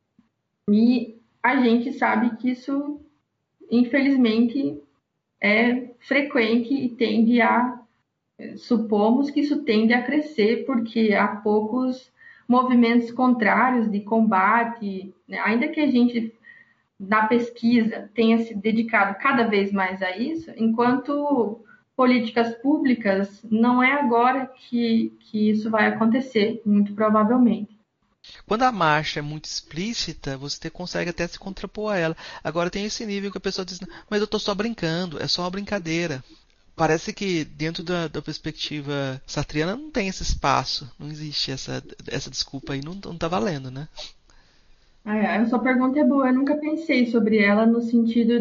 E a gente sabe que isso, infelizmente, é frequente e supomos que isso tende a crescer, porque há poucos movimentos contrários de combate, né? Ainda que a gente, na pesquisa, tenha se dedicado cada vez mais a isso, enquanto políticas públicas, não é agora que isso vai acontecer, muito provavelmente. Quando a marcha é muito explícita, você consegue até se contrapor a ela. Agora tem esse nível que a pessoa diz, mas eu estou só brincando, é só uma brincadeira. Parece que dentro da perspectiva sartriana não tem esse espaço, não existe essa desculpa aí, não está valendo, né? A sua pergunta é boa, eu nunca pensei sobre ela no sentido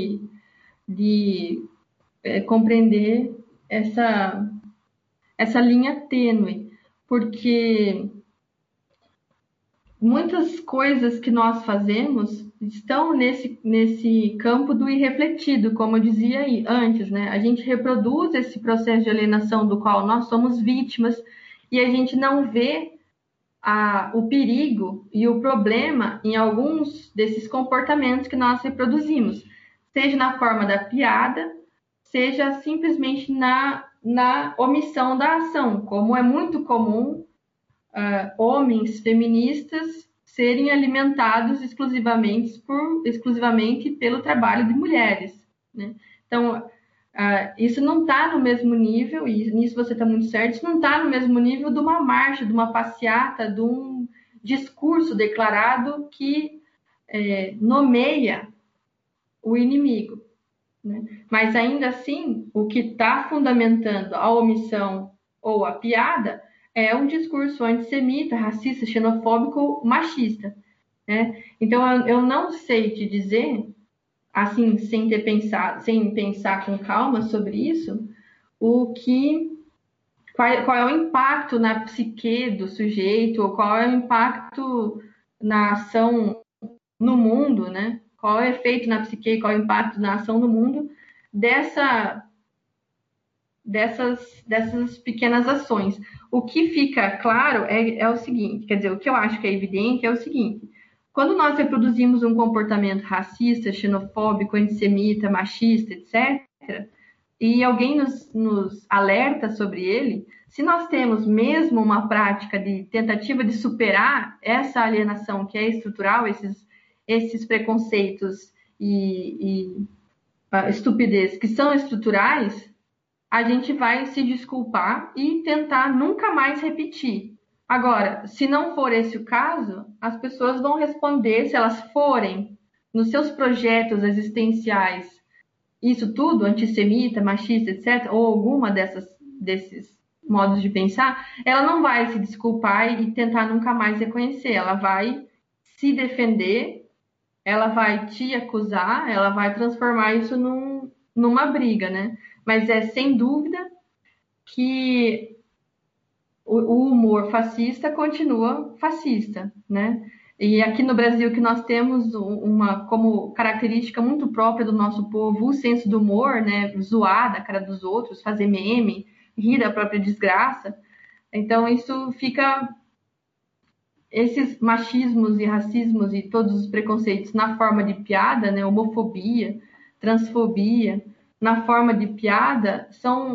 de compreender essa linha tênue, porque muitas coisas que nós fazemos estão nesse campo do irrefletido, como eu dizia antes, né? A gente reproduz esse processo de alienação do qual nós somos vítimas e a gente não vê o perigo e o problema em alguns desses comportamentos que nós reproduzimos, seja na forma da piada, seja simplesmente na omissão da ação, como é muito comum homens feministas serem alimentados exclusivamente pelo trabalho de mulheres, né? Então, isso não está no mesmo nível, e nisso você está muito certo, isso não está no mesmo nível de uma marcha, de uma passeata, de um discurso declarado que nomeia o inimigo, né? Mas ainda assim, o que está fundamentando a omissão ou a piada é um discurso antissemita, racista, xenofóbico, machista, né? Então, eu não sei te dizer, assim, sem pensar com calma sobre isso, qual é o impacto na psique do sujeito, ou qual é o impacto na ação no mundo, né? Qual é o efeito na psique, qual é o impacto na ação no mundo dessas pequenas ações. O que fica claro é o seguinte, quer dizer, o que eu acho que é evidente é o seguinte: quando nós reproduzimos um comportamento racista, xenofóbico, antissemita, machista, etc., e alguém nos alerta sobre ele, se nós temos mesmo uma prática de tentativa de superar essa alienação que é estrutural, esses preconceitos e estupidez que são estruturais, a gente vai se desculpar e tentar nunca mais repetir. Agora, se não for esse o caso, as pessoas vão responder, se elas forem nos seus projetos existenciais, isso tudo, antissemita, machista, etc., ou alguma desses modos de pensar, ela não vai se desculpar e tentar nunca mais reconhecer. Ela vai se defender, ela vai te acusar, ela vai transformar isso numa briga, né? Mas é sem dúvida que o humor fascista continua fascista, né? E aqui no Brasil que nós temos como característica muito própria do nosso povo o senso do humor, né? Zoar da cara dos outros, fazer meme, rir da própria desgraça. Então isso fica... Esses machismos e racismos e todos os preconceitos na forma de piada, né? Homofobia, transfobia, na forma de piada,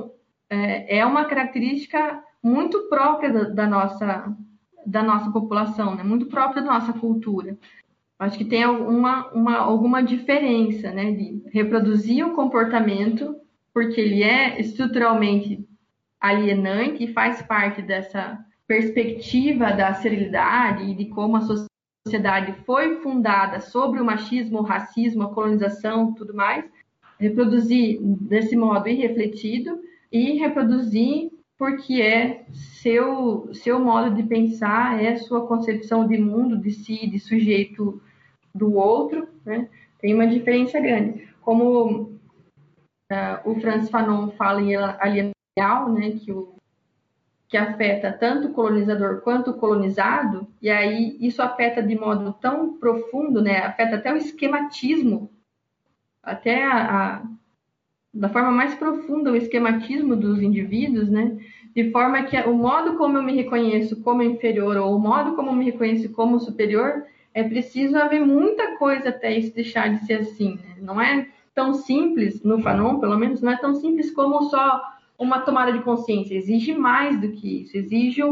é uma característica muito própria da nossa população, né? Muito própria da nossa cultura. Acho que tem alguma diferença, né? De reproduzir o comportamento, porque ele é estruturalmente alienante e faz parte dessa perspectiva da serilidade e de como a sociedade foi fundada sobre o machismo, o racismo, a colonização, tudo mais. Reproduzir desse modo irrefletido e reproduzir porque é seu modo de pensar, é sua concepção de mundo, de si, de sujeito do outro, né? Tem uma diferença grande. Como o Frantz Fanon fala em Alienal, né, que afeta tanto o colonizador quanto o colonizado, e aí isso afeta de modo tão profundo, né, afeta até o esquematismo, até da forma mais profunda o esquematismo dos indivíduos, né, de forma que o modo como eu me reconheço como inferior ou o modo como eu me reconheço como superior, é preciso haver muita coisa até isso deixar de ser assim, né? Não é tão simples, no Fanon, pelo menos, não é tão simples como só uma tomada de consciência. Exige mais do que isso. Exige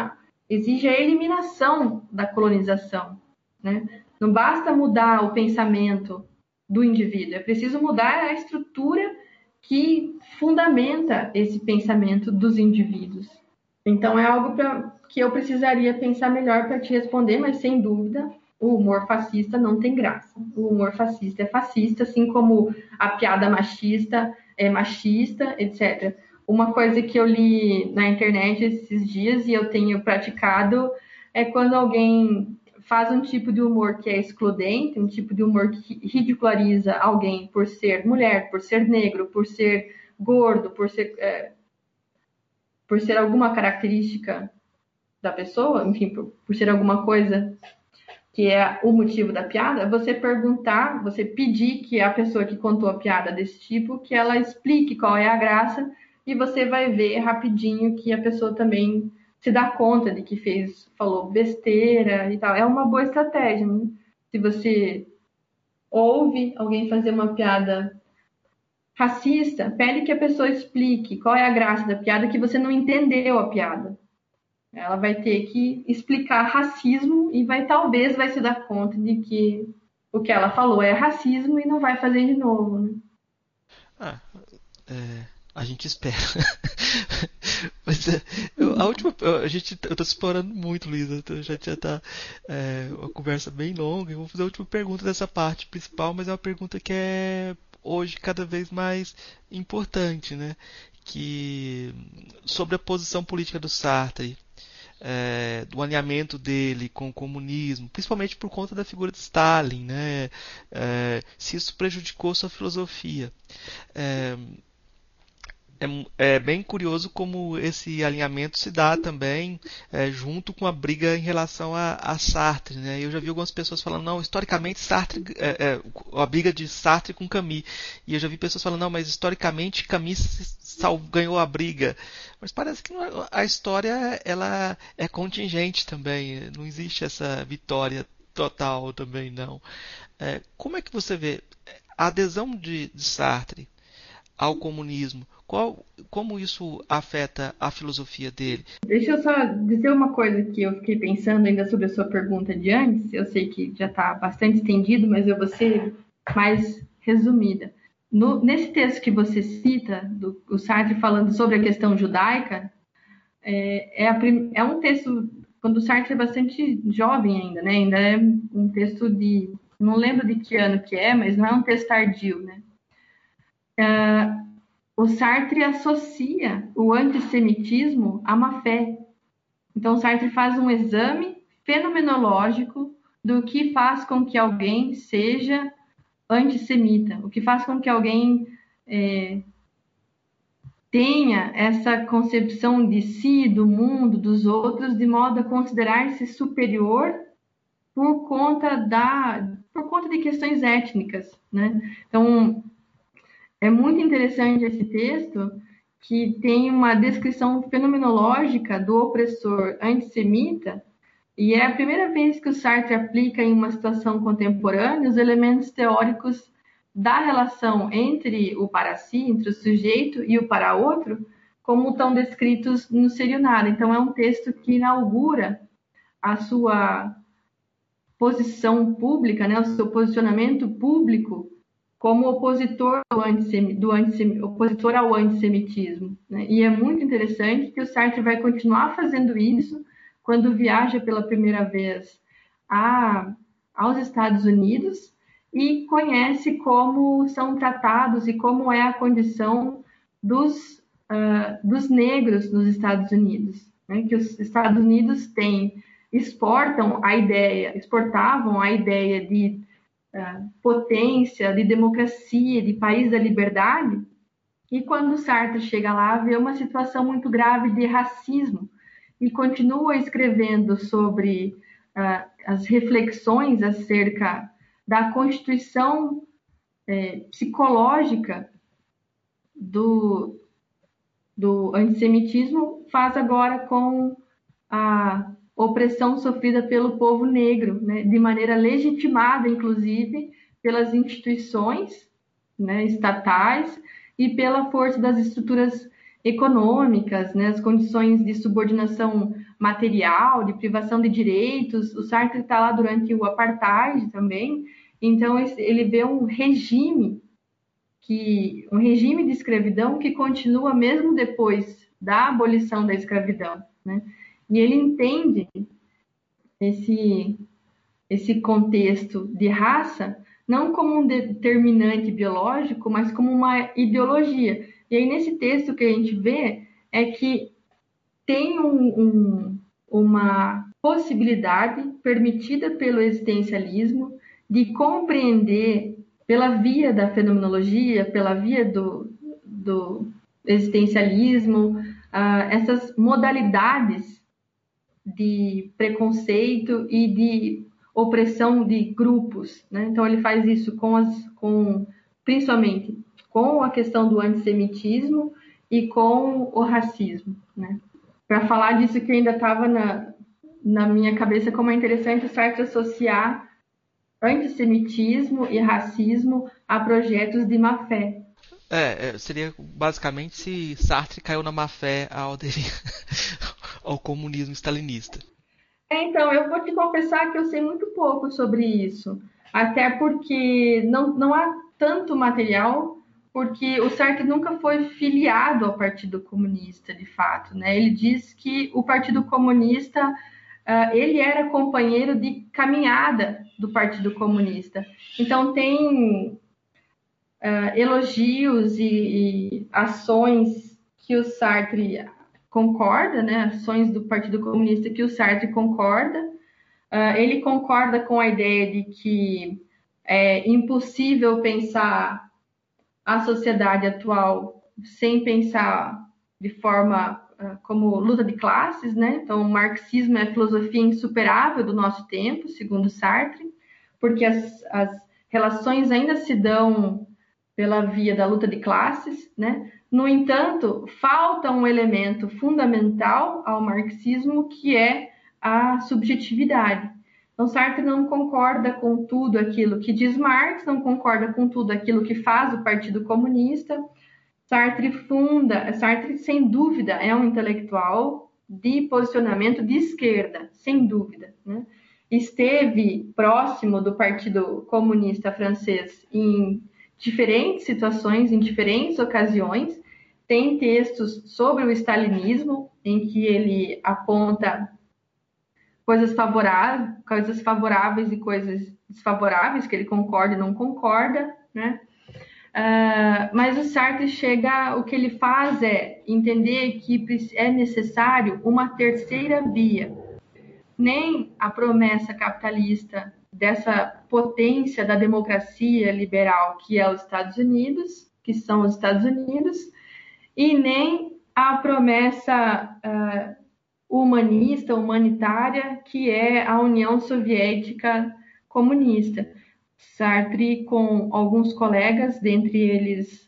a eliminação da colonização, né? Não basta mudar o pensamento do indivíduo. É preciso mudar a estrutura que fundamenta esse pensamento dos indivíduos. Então, é algo que eu precisaria pensar melhor para te responder, mas, sem dúvida, o humor fascista não tem graça. O humor fascista é fascista, assim como a piada machista é machista, etc. Uma coisa que eu li na internet esses dias e eu tenho praticado é quando alguém faz um tipo de humor que é excludente, um tipo de humor que ridiculariza alguém por ser mulher, por ser negro, por ser gordo, por ser alguma característica da pessoa, enfim, por ser alguma coisa que é o motivo da piada, você pedir que a pessoa que contou a piada desse tipo, que ela explique qual é a graça, e você vai ver rapidinho que a pessoa também se dá conta de que falou besteira e tal. É uma boa estratégia, né? Se você ouve alguém fazer uma piada racista pede que a pessoa explique qual é a graça da piada, que você não entendeu a piada. Ela vai ter que explicar racismo e talvez vai se dar conta de que o que ela falou é racismo e não vai fazer de novo, né? Ah, a gente espera. Mas a última, eu tô explorando muito, Luísa. Então já tá uma conversa bem longa. Eu vou fazer a última pergunta dessa parte principal, mas é uma pergunta que é hoje cada vez mais importante, né? Que sobre a posição política do Sartre, do alinhamento dele com o comunismo, principalmente por conta da figura de Stalin, né? Se isso prejudicou sua filosofia. É, é bem curioso como esse alinhamento se dá também junto com a briga em relação a Sartre, né? Eu já vi algumas pessoas falando, não, historicamente Sartre, a briga de Sartre com Camus, e eu já vi pessoas falando, não, mas historicamente Camus ganhou a briga, mas parece que a história ela é contingente também, não existe essa vitória total também não. Como é que você vê a adesão de Sartre ao comunismo? Como isso afeta a filosofia dele? Deixa eu só dizer uma coisa que eu fiquei pensando ainda sobre a sua pergunta de antes. Eu sei que já está bastante estendido, mas eu vou ser mais resumida. Nesse texto que você cita, do Sartre falando sobre a questão judaica, é um texto, quando o Sartre é bastante jovem ainda, né? Ainda é um texto não lembro de que ano que é, mas não é um texto tardio, né? O Sartre associa o antissemitismo à má fé. Então, o Sartre faz um exame fenomenológico do que faz com que alguém seja antissemita, o que faz com que alguém tenha essa concepção de si, do mundo, dos outros, de modo a considerar-se superior por conta de questões étnicas, né? Então, é muito interessante esse texto, que tem uma descrição fenomenológica do opressor antissemita, e é a primeira vez que o Sartre aplica em uma situação contemporânea os elementos teóricos da relação entre o para si, entre o sujeito e o para outro, como estão descritos no Ser e o Nada. Então, é um texto que inaugura a sua posição pública, né, o seu posicionamento público como opositor opositor ao antissemitismo, né? E é muito interessante que o Sartre vai continuar fazendo isso quando viaja pela primeira vez aos Estados Unidos e conhece como são tratados e como é a condição dos negros nos Estados Unidos, né? Que os Estados Unidos exportavam a ideia de potência, de democracia, de país da liberdade, e quando Sartre chega lá, vê uma situação muito grave de racismo e continua escrevendo sobre as reflexões acerca da constituição psicológica do antissemitismo, faz agora com a opressão sofrida pelo povo negro, né, de maneira legitimada, inclusive, pelas instituições, né, estatais e pela força das estruturas econômicas, né, as condições de subordinação material, de privação de direitos. O Sartre está lá durante o apartheid também, então ele vê um regime de escravidão que continua mesmo depois da abolição da escravidão, né? E ele entende esse contexto de raça não como um determinante biológico, mas como uma ideologia. E aí, nesse texto, que a gente vê é que tem uma possibilidade permitida pelo existencialismo de compreender, pela via da fenomenologia, pela via do existencialismo, essas modalidades de preconceito e de opressão de grupos, né? Então ele faz isso principalmente com a questão do antissemitismo e com o racismo, né? Para falar disso que ainda estava na minha cabeça, como é interessante o Sartre associar antissemitismo e racismo a projetos de má fé. Seria basicamente se Sartre caiu na má-fé ao aderir ao comunismo stalinista. Então, eu vou te confessar que eu sei muito pouco sobre isso, até porque não há tanto material, porque o Sartre nunca foi filiado ao Partido Comunista, de fato, né? Ele diz que o Partido Comunista, ele era companheiro de caminhada do Partido Comunista. Então, tem elogios e ações que o Sartre concorda, né? Ações do Partido Comunista que o Sartre concorda. Ele concorda com a ideia de que é impossível pensar a sociedade atual sem pensar de forma como luta de classes, né? Então, o marxismo é a filosofia insuperável do nosso tempo, segundo Sartre, porque as relações ainda se dão pela via da luta de classes, né? No entanto, falta um elemento fundamental ao marxismo, que é a subjetividade. Então, Sartre não concorda com tudo aquilo que diz Marx, não concorda com tudo aquilo que faz o Partido Comunista. Sartre, sem dúvida, é um intelectual de posicionamento de esquerda, sem dúvida, né? Esteve próximo do Partido Comunista francês em diferentes situações, em diferentes ocasiões. Tem textos sobre o stalinismo, em que ele aponta coisas favoráveis e coisas desfavoráveis, que ele concorda e não concorda, né? Mas o Sartre o que ele faz é entender que é necessário uma terceira via. Nem a promessa capitalista dessa potência da democracia liberal que é os Estados Unidos, que são os Estados Unidos, e nem a promessa humanista, humanitária, que é a União Soviética comunista. Sartre, com alguns colegas, dentre eles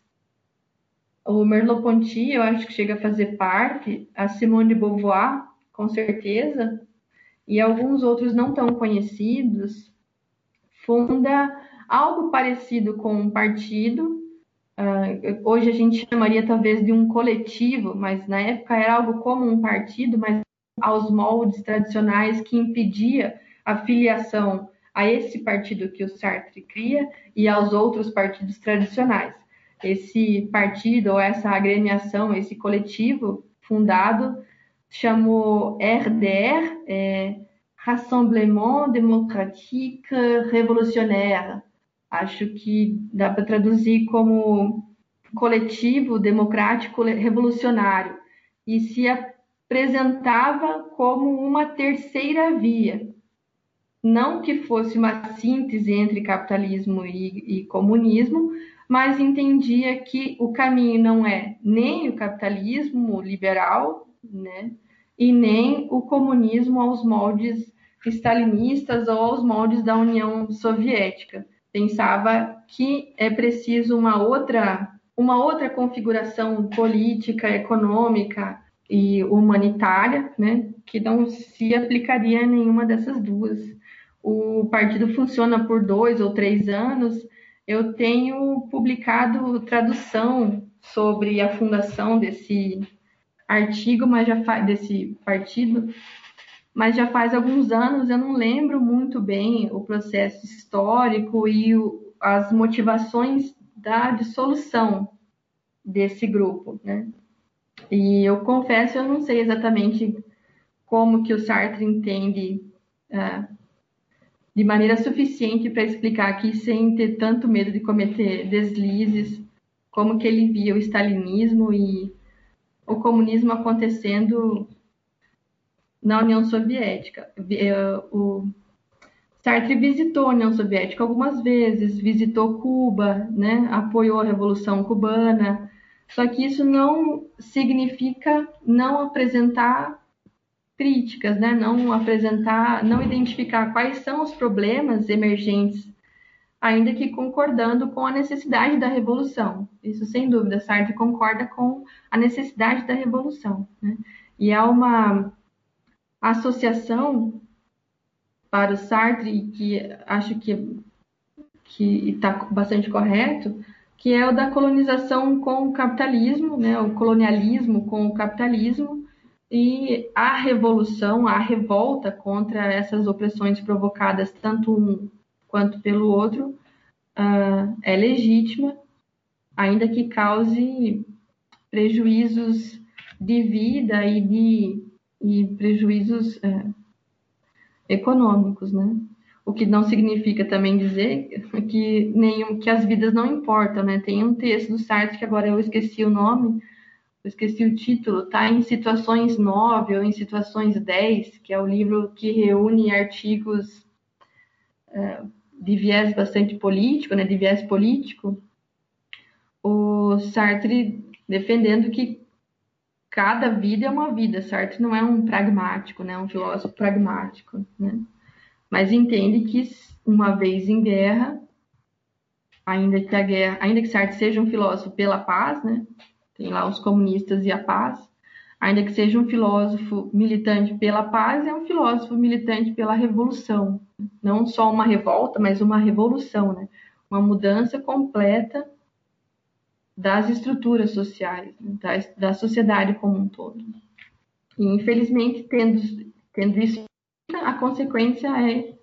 o Merleau-Ponty, eu acho que chega a fazer parte, a Simone de Beauvoir, com certeza, e alguns outros não tão conhecidos, funda algo parecido com um partido. Hoje a gente chamaria talvez de um coletivo, mas na época era algo como um partido, mas aos moldes tradicionais, que impedia a filiação a esse partido que o Sartre cria e aos outros partidos tradicionais. Esse partido, ou essa agremiação, esse coletivo fundado, chamou RDR, Rassemblement Démocratique Révolutionnaire. Acho que dá para traduzir como coletivo democrático revolucionário. E se apresentava como uma terceira via. Não que fosse uma síntese entre capitalismo e comunismo, mas entendia que o caminho não é nem o capitalismo liberal, né, e nem o comunismo aos moldes stalinistas ou aos moldes da União Soviética. Pensava que é preciso uma outra configuração política, econômica e humanitária, né, que não se aplicaria a nenhuma dessas duas. O partido funciona por 2 ou 3 anos. Eu tenho publicado tradução sobre a fundação desse artigo, desse partido, mas já faz alguns anos. Eu não lembro muito bem o processo histórico e as motivações da dissolução desse grupo, né? E eu confesso, eu não sei exatamente como que o Sartre entende de maneira suficiente para explicar aqui, sem ter tanto medo de cometer deslizes, como que ele via o stalinismo e o comunismo acontecendo na União Soviética. O Sartre visitou a União Soviética algumas vezes, visitou Cuba, né? Apoiou a Revolução Cubana, só que isso não significa não apresentar críticas, né? Não identificar quais são os problemas emergentes, ainda que concordando com a necessidade da revolução. Isso, sem dúvida, Sartre concorda com a necessidade da revolução, né? E há uma associação para o Sartre, que acho que está bastante correto, que é o da colonização com o capitalismo, né, o colonialismo com o capitalismo, e a revolução, a revolta contra essas opressões provocadas tanto um quanto pelo outro é legítima, ainda que cause prejuízos de vida e prejuízos econômicos, né? O que não significa também dizer que as vidas não importam, né? Tem um texto do Sartre que agora eu esqueci o nome, eu esqueci o título, tá em Situações 9 ou em Situações 10, que é o livro que reúne artigos de viés bastante político, né? De viés político, o Sartre defendendo que cada vida é uma vida. Sartre não é um pragmático, né? Um filósofo pragmático, né? Mas entende que uma vez em guerra, ainda que Sartre seja um filósofo pela paz, né? Tem lá os comunistas e a paz. Ainda que seja um filósofo militante pela paz, é um filósofo militante pela revolução. Não só uma revolta, mas uma revolução, né? Uma mudança completa das estruturas sociais, da sociedade como um todo. E, infelizmente, tendo isso, a consequência é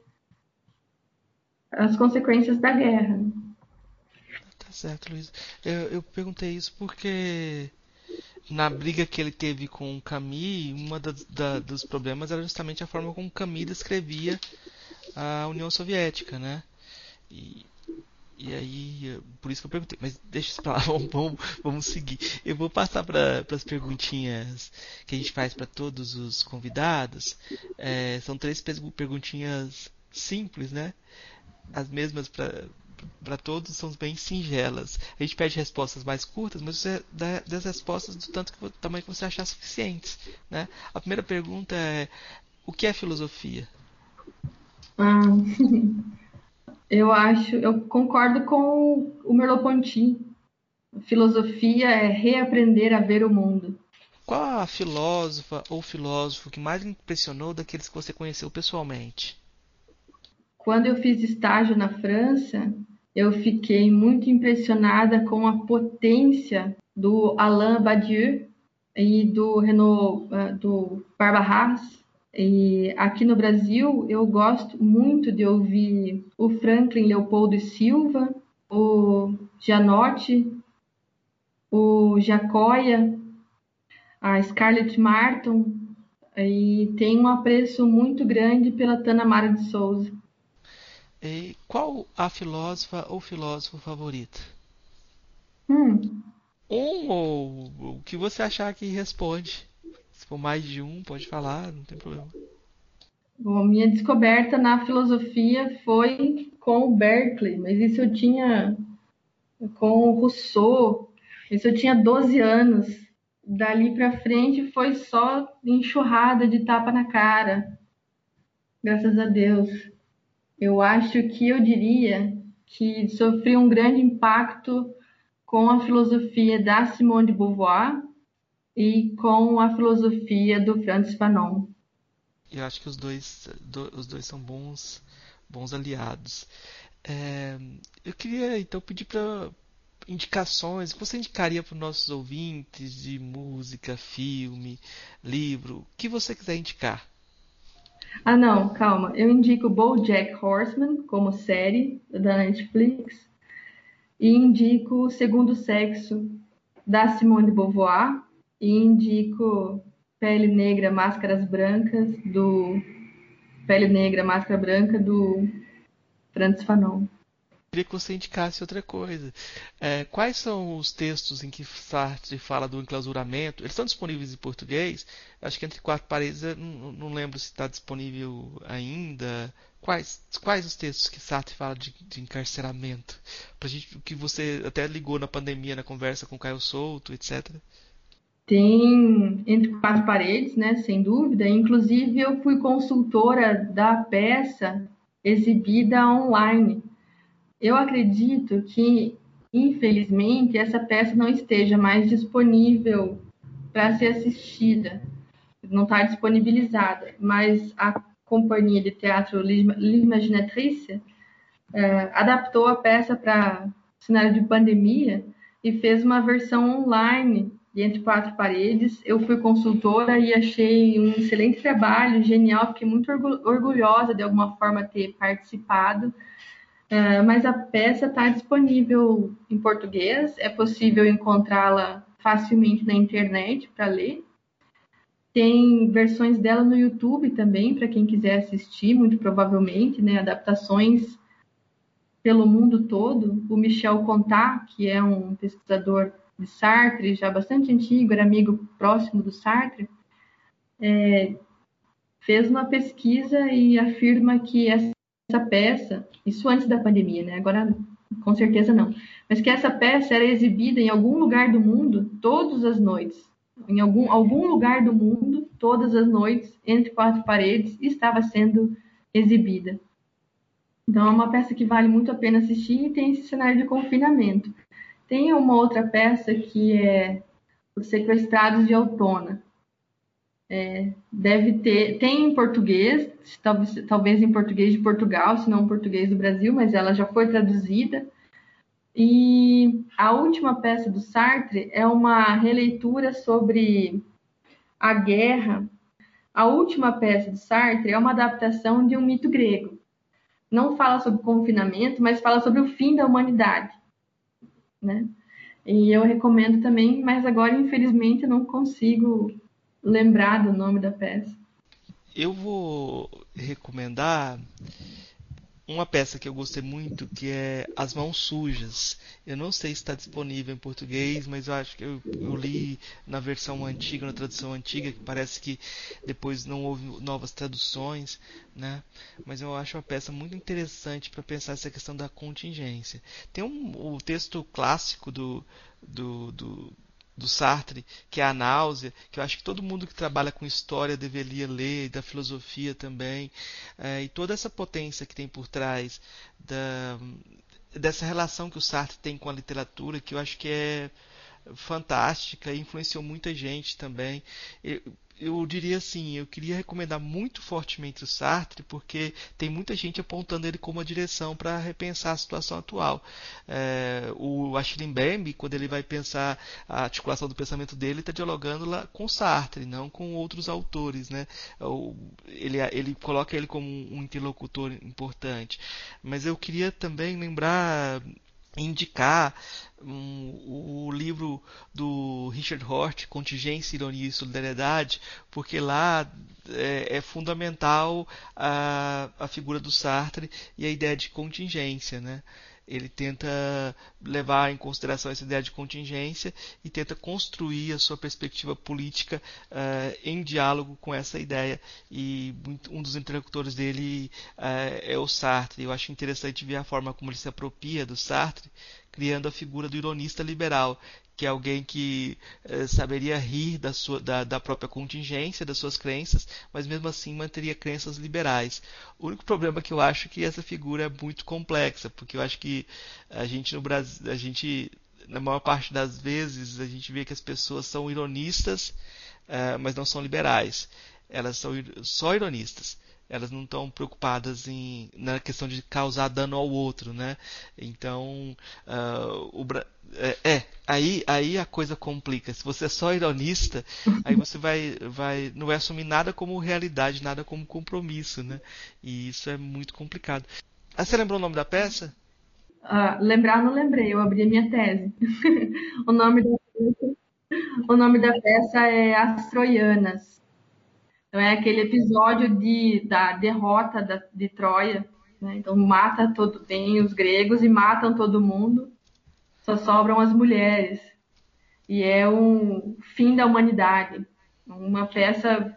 as consequências da guerra. Tá certo, Luiz. Eu perguntei isso porque na briga que ele teve com o Camus, dos problemas era justamente a forma como Camus descrevia a União Soviética, né? E, e aí, por isso que eu perguntei, mas deixa isso pra lá, vamos seguir. Eu vou passar para as perguntinhas que a gente faz para todos os convidados. São três perguntinhas simples, né? As mesmas para todos, são bem singelas. A gente pede respostas mais curtas, mas você dá as respostas do tamanho que você achar suficientes, né? A primeira pergunta é: o que é filosofia? Ah, eu concordo com o Merleau-Ponty. Filosofia é reaprender a ver o mundo. Qual a filósofa ou filósofo que mais lhe impressionou daqueles que você conheceu pessoalmente? Quando eu fiz estágio na França, eu fiquei muito impressionada com a potência do Alain Badiou e do Barbahas. E aqui no Brasil, eu gosto muito de ouvir o Franklin Leopoldo Silva, o Gianotti, o Jacóia, a Scarlett Marton, e tenho um apreço muito grande pela Tana Mara de Souza. E qual a filósofa ou filósofo favorito? Hum, Ou o que você achar que responde. Se for mais de um, pode falar, não tem problema. Bom, minha descoberta na filosofia foi com o Berkeley, mas isso eu tinha com o Rousseau, isso eu tinha 12 anos. Dali para frente foi só enxurrada de tapa na cara, graças a Deus. Eu acho que eu diria que sofri um grande impacto com a filosofia da Simone de Beauvoir e com a filosofia do Francis Fanon. Eu acho que os dois são bons aliados. É, eu queria então pedir para indicações. O que você indicaria para os nossos ouvintes de música, filme, livro, o que você quiser indicar? Ah, não, calma. Eu indico BoJack Horseman como série da Netflix e indico O Segundo Sexo da Simone de Beauvoir e indico Pele Negra, Máscaras Brancas do Pele Negra, Máscara Branca do Francis Fanon. Queria que você indicasse outra coisa. Quais são os textos em que Sartre fala do enclausuramento? Eles estão disponíveis em português? Acho que Entre Quatro Paredes, eu não lembro se está disponível ainda. Quais os textos que Sartre fala de encarceramento? Pra gente, o que você até ligou na pandemia, na conversa com o Caio Souto, etc. Tem Entre Quatro Paredes, né, sem dúvida. Inclusive, eu fui consultora da peça exibida online. Eu acredito que, infelizmente, essa peça não esteja mais disponível para ser assistida, não está disponibilizada, mas a companhia de teatro L'Imaginatrice adaptou a peça para cenário de pandemia e fez uma versão online de Entre Quatro Paredes. Eu fui consultora e achei um excelente trabalho, genial, fiquei muito orgulhosa de alguma forma ter participado. Mas a peça está disponível em português, é possível encontrá-la facilmente na internet para ler. Tem versões dela no YouTube também, para quem quiser assistir, muito provavelmente, né? Adaptações pelo mundo todo. O Michel Contat, que é um pesquisador de Sartre, já bastante antigo, era amigo próximo do Sartre, fez uma pesquisa e afirma que essa peça, isso antes da pandemia, né? Agora, com certeza não, mas que essa peça era exibida em algum lugar do mundo todas as noites. Em algum lugar do mundo, todas as noites, entre quatro paredes, estava sendo exibida. Então, é uma peça que vale muito a pena assistir e tem esse cenário de confinamento. Tem uma outra peça que é Os Sequestrados de Altona. Tem em português, talvez em português de Portugal, se não em português do Brasil, mas ela já foi traduzida. E a última peça do Sartre é uma releitura sobre a guerra. A última peça do Sartre é uma adaptação de um mito grego. Não fala sobre confinamento, mas fala sobre o fim da humanidade, né? E eu recomendo também, mas agora, infelizmente, eu não consigo lembrar do nome da peça. Eu vou recomendar uma peça que eu gostei muito, que é As Mãos Sujas. Eu não sei se está disponível em português, mas eu acho que eu li na versão antiga, na tradução antiga, que parece que depois não houve novas traduções, né? Mas eu acho uma peça muito interessante para pensar essa questão da contingência. Tem o texto clássico do Sartre, que é A Náusea, que eu acho que todo mundo que trabalha com história deveria ler, e da filosofia também, e toda essa potência que tem por trás dessa relação que o Sartre tem com a literatura, que eu acho que é fantástica e influenciou muita gente também. Eu diria assim, eu queria recomendar muito fortemente o Sartre, porque tem muita gente apontando ele como uma direção para repensar a situação atual. O Achille Mbembe, quando ele vai pensar a articulação do pensamento dele, está dialogando lá com Sartre, não com outros autores, né? Ele coloca ele como um interlocutor importante. Mas eu queria também indicar o livro do Richard Hort, Contingência, Ironia e Solidariedade, porque lá é fundamental a figura do Sartre e a ideia de contingência, né? Ele tenta levar em consideração essa ideia de contingência e tenta construir a sua perspectiva política em diálogo com essa ideia. E um dos interlocutores dele é o Sartre. Eu acho interessante ver a forma como ele se apropria do Sartre, criando a figura do ironista liberal, que é alguém que saberia rir da própria contingência, das suas crenças, mas mesmo assim manteria crenças liberais. O único problema que eu acho é que essa figura é muito complexa, porque eu acho que a gente no Brasil, na maior parte das vezes, a gente vê que as pessoas são ironistas, mas não são liberais. Elas são só ironistas. Elas não estão preocupadas na questão de causar dano ao outro, né? Então, aí a coisa complica. Se você é só ironista, aí você não vai assumir nada como realidade, nada como compromisso, né? E isso é muito complicado. Você lembrou o nome da peça? Lembrar, não lembrei. Eu abri a minha tese. O nome da peça é As Troianas. Então, é aquele episódio da derrota de Troia, né? Então, vem os gregos e matam todo mundo, só sobram as mulheres. E é um fim da humanidade. Uma peça,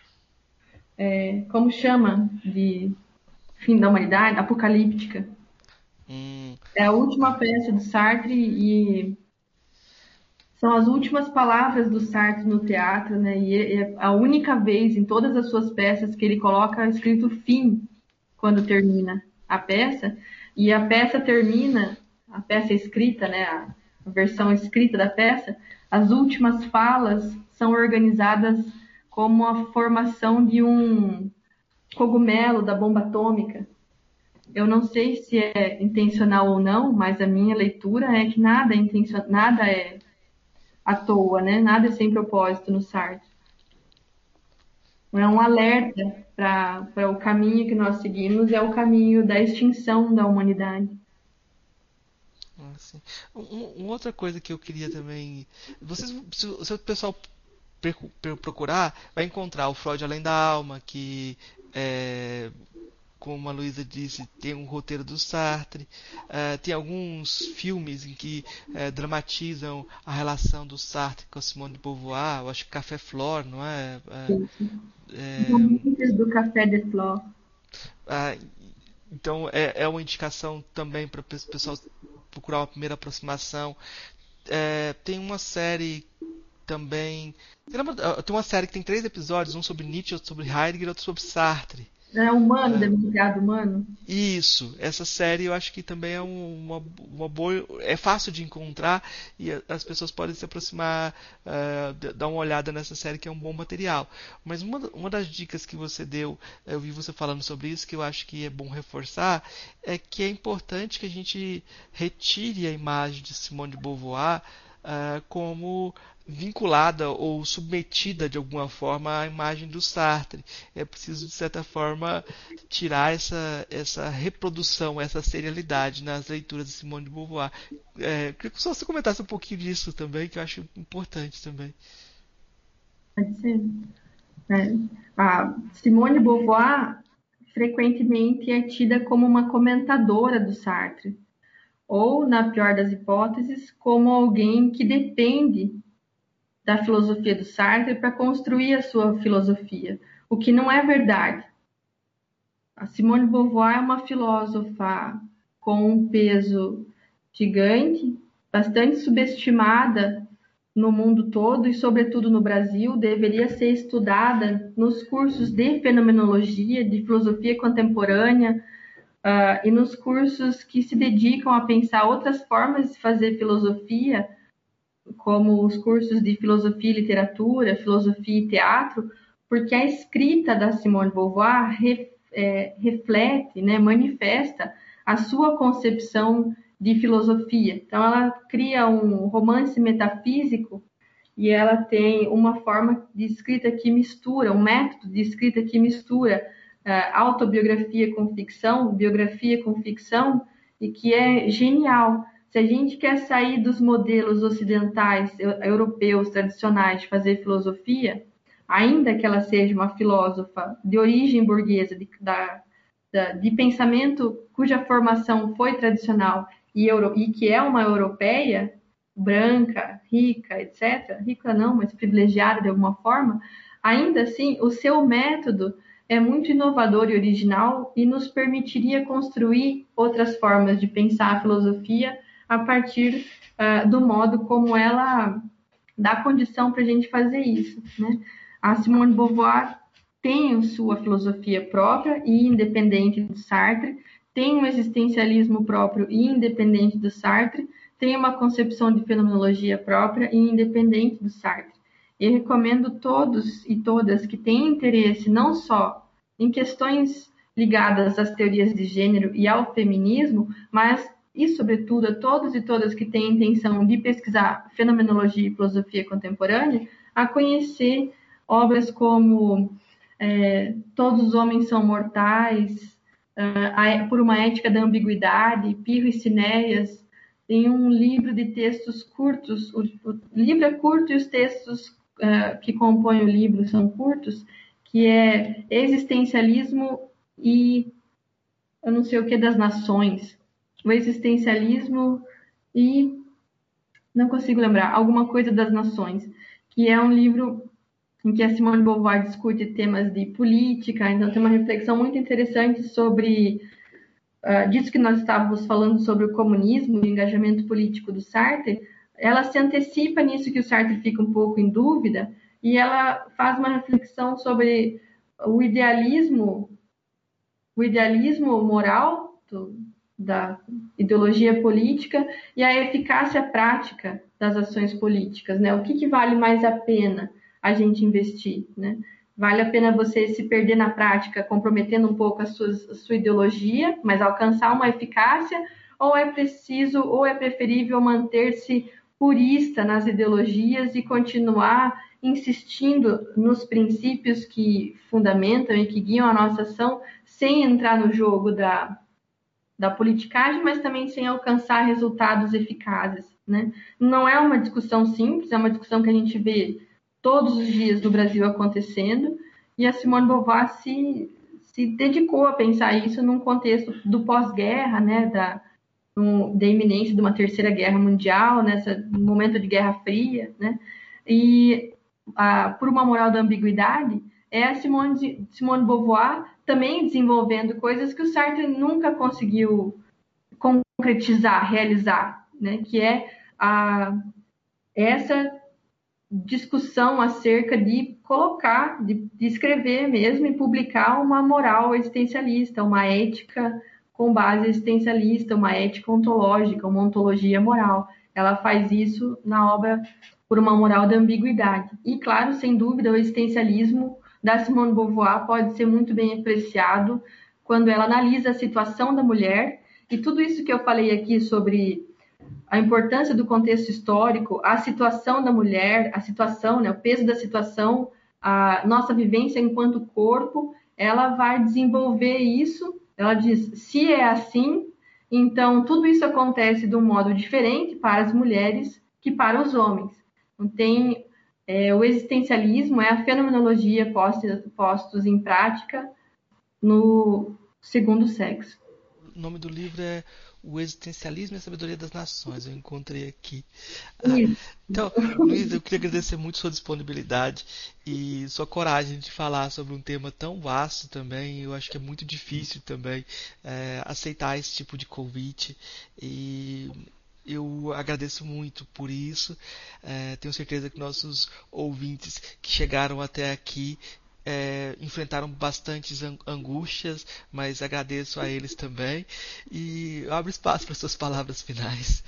como chama? De fim da humanidade? Apocalíptica. É a última peça do Sartre e são as últimas palavras do Sartre no teatro, né? E é a única vez em todas as suas peças que ele coloca escrito fim quando termina a peça. E a peça termina, a peça escrita, né? A versão escrita da peça, as últimas falas são organizadas como a formação de um cogumelo da bomba atômica. Eu não sei se é intencional ou não, mas a minha leitura é que nada é nada é à toa, né? Nada é sem propósito no Sartre. É um alerta para o caminho que nós seguimos, é o caminho da extinção da humanidade. Assim. Uma outra coisa que eu queria também. Se o pessoal procurar, vai encontrar o Freud Além da Alma, que como a Luísa disse, tem um roteiro do Sartre. Tem alguns filmes em que dramatizam a relação do Sartre com a Simone de Beauvoir. Eu acho que Café Flor, não é? Romances do Café de Flor. Ah, então é uma indicação também para o pessoal procurar uma primeira aproximação. Tem uma série também. Tem uma série que tem 3 episódios, um sobre Nietzsche, outro sobre Heidegger, outro sobre Sartre. É humano, demasiado humano. Isso, essa série eu acho que também é uma boa. É fácil de encontrar e as pessoas podem se aproximar, dar uma olhada nessa série que é um bom material. Mas uma das dicas que você deu, eu vi você falando sobre isso, que eu acho que é bom reforçar, é que é importante que a gente retire a imagem de Simone de Beauvoir como vinculada ou submetida de alguma forma à imagem do Sartre. É preciso, de certa forma, tirar essa reprodução, essa serialidade nas leituras de Simone de Beauvoir. Queria que só você comentasse um pouquinho disso também, que eu acho importante também. Pode ser. A Simone de Beauvoir frequentemente é tida como uma comentadora do Sartre, ou, na pior das hipóteses, como alguém que depende da filosofia do Sartre para construir a sua filosofia, o que não é verdade. A Simone de Beauvoir é uma filósofa com um peso gigante, bastante subestimada no mundo todo e, sobretudo, no Brasil. Deveria ser estudada nos cursos de fenomenologia, de filosofia contemporânea, e nos cursos que se dedicam a pensar outras formas de fazer filosofia, como os cursos de filosofia e literatura, filosofia e teatro, porque a escrita da Simone de Beauvoir reflete, né, manifesta a sua concepção de filosofia. Então, ela cria um romance metafísico e ela tem uma forma de escrita que mistura, um método de escrita que mistura autobiografia com ficção, biografia com ficção, e que é genial. Se a gente quer sair dos modelos ocidentais, europeus, tradicionais de fazer filosofia, ainda que ela seja uma filósofa de origem burguesa, de pensamento cuja formação foi tradicional e que é uma europeia, branca, rica, etc., rica não, mas privilegiada de alguma forma, ainda assim, o seu método é muito inovador e original e nos permitiria construir outras formas de pensar a filosofia a partir do modo como ela dá condição para a gente fazer isso, né? A Simone de Beauvoir tem sua filosofia própria e independente do Sartre, tem um existencialismo próprio e independente do Sartre, tem uma concepção de fenomenologia própria e independente do Sartre. Eu recomendo todos e todas que têm interesse não só em questões ligadas às teorias de gênero e ao feminismo, mas e, sobretudo, a todos e todas que têm intenção de pesquisar fenomenologia e filosofia contemporânea, a conhecer obras como Todos os Homens São Mortais, Por uma Ética da Ambiguidade, Pirro e Cinéias. Tem um livro de textos curtos, o livro é curto e os textos que compõem o livro são curtos, que é Existencialismo e eu não sei o que das Nações, o existencialismo e não consigo lembrar, alguma coisa das nações, que é um livro em que a Simone de Beauvoir discute temas de política, então tem uma reflexão muito interessante sobre disso que nós estávamos falando sobre o comunismo e o engajamento político do Sartre. Ela se antecipa nisso que o Sartre fica um pouco em dúvida e ela faz uma reflexão sobre o idealismo moral da ideologia política e a eficácia prática das ações políticas, né? O que vale mais a pena a gente investir, né? Vale a pena você se perder na prática, comprometendo um pouco a sua ideologia, mas alcançar uma eficácia, ou é preferível manter-se purista nas ideologias e continuar insistindo nos princípios que fundamentam e que guiam a nossa ação, sem entrar no jogo da politicagem, mas também sem alcançar resultados eficazes, né? Não é uma discussão simples, é uma discussão que a gente vê todos os dias no Brasil acontecendo, e a Simone de Beauvoir se dedicou a pensar isso num contexto do pós-guerra, né, da iminência de uma terceira guerra mundial, no momento de Guerra Fria, né, e por uma moral da ambiguidade, é a Simone de Beauvoir também desenvolvendo coisas que o Sartre nunca conseguiu concretizar, realizar, né, que é essa discussão acerca de colocar, de escrever mesmo e publicar uma moral existencialista, uma ética com base existencialista, uma ética ontológica, uma ontologia moral. Ela faz isso na obra Por uma Moral da Ambiguidade. E, claro, sem dúvida, o existencialismo da Simone de Beauvoir pode ser muito bem apreciado quando ela analisa a situação da mulher, e tudo isso que eu falei aqui sobre a importância do contexto histórico, a situação da mulher, a situação, né, o peso da situação, a nossa vivência enquanto corpo, ela vai desenvolver isso. Ela diz, se é assim, então tudo isso acontece de um modo diferente para as mulheres que para os homens. Então, o existencialismo é a fenomenologia postos em prática no segundo sexo. O nome do livro é O Existencialismo e a Sabedoria das Nações. Eu encontrei aqui. Então, Luísa, eu queria agradecer muito sua disponibilidade e sua coragem de falar sobre um tema tão vasto também. Eu acho que é muito difícil também aceitar esse tipo de convite, e eu agradeço muito por isso. Tenho certeza que nossos ouvintes que chegaram até aqui enfrentaram bastantes angústias, mas agradeço a eles também, e abro espaço para suas palavras finais.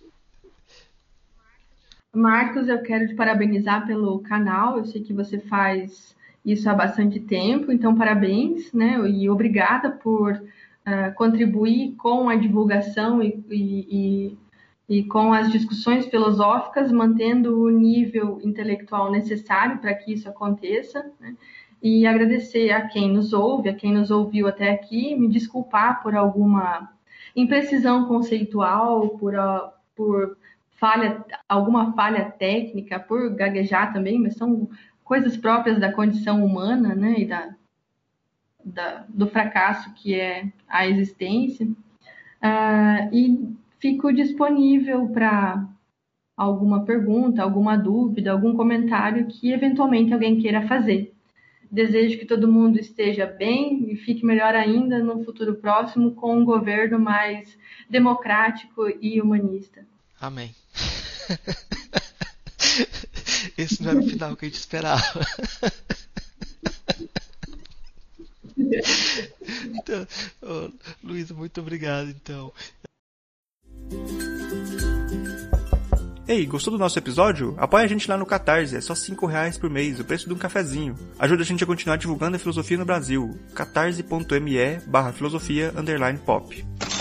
Marcos, eu quero te parabenizar pelo canal. Eu sei que você faz isso há bastante tempo, então parabéns, né? E obrigada por contribuir com a divulgação e com as discussões filosóficas, mantendo o nível intelectual necessário para que isso aconteça, né? E agradecer a quem nos ouve, a quem nos ouviu até aqui, me desculpar por alguma imprecisão conceitual, por alguma falha técnica, por gaguejar também, mas são coisas próprias da condição humana, né, e do fracasso que é a existência. E fico disponível para alguma pergunta, alguma dúvida, algum comentário que eventualmente alguém queira fazer. Desejo que todo mundo esteja bem e fique melhor ainda no futuro próximo, com um governo mais democrático e humanista. Amém. Esse não era o final que a gente esperava. Então, Luísa, muito obrigado, então. Ei, gostou do nosso episódio? Apoia a gente lá no Catarse, é só R$5 por mês, o preço de um cafezinho. Ajuda a gente a continuar divulgando a filosofia no Brasil. catarse.me/filosofia_pop.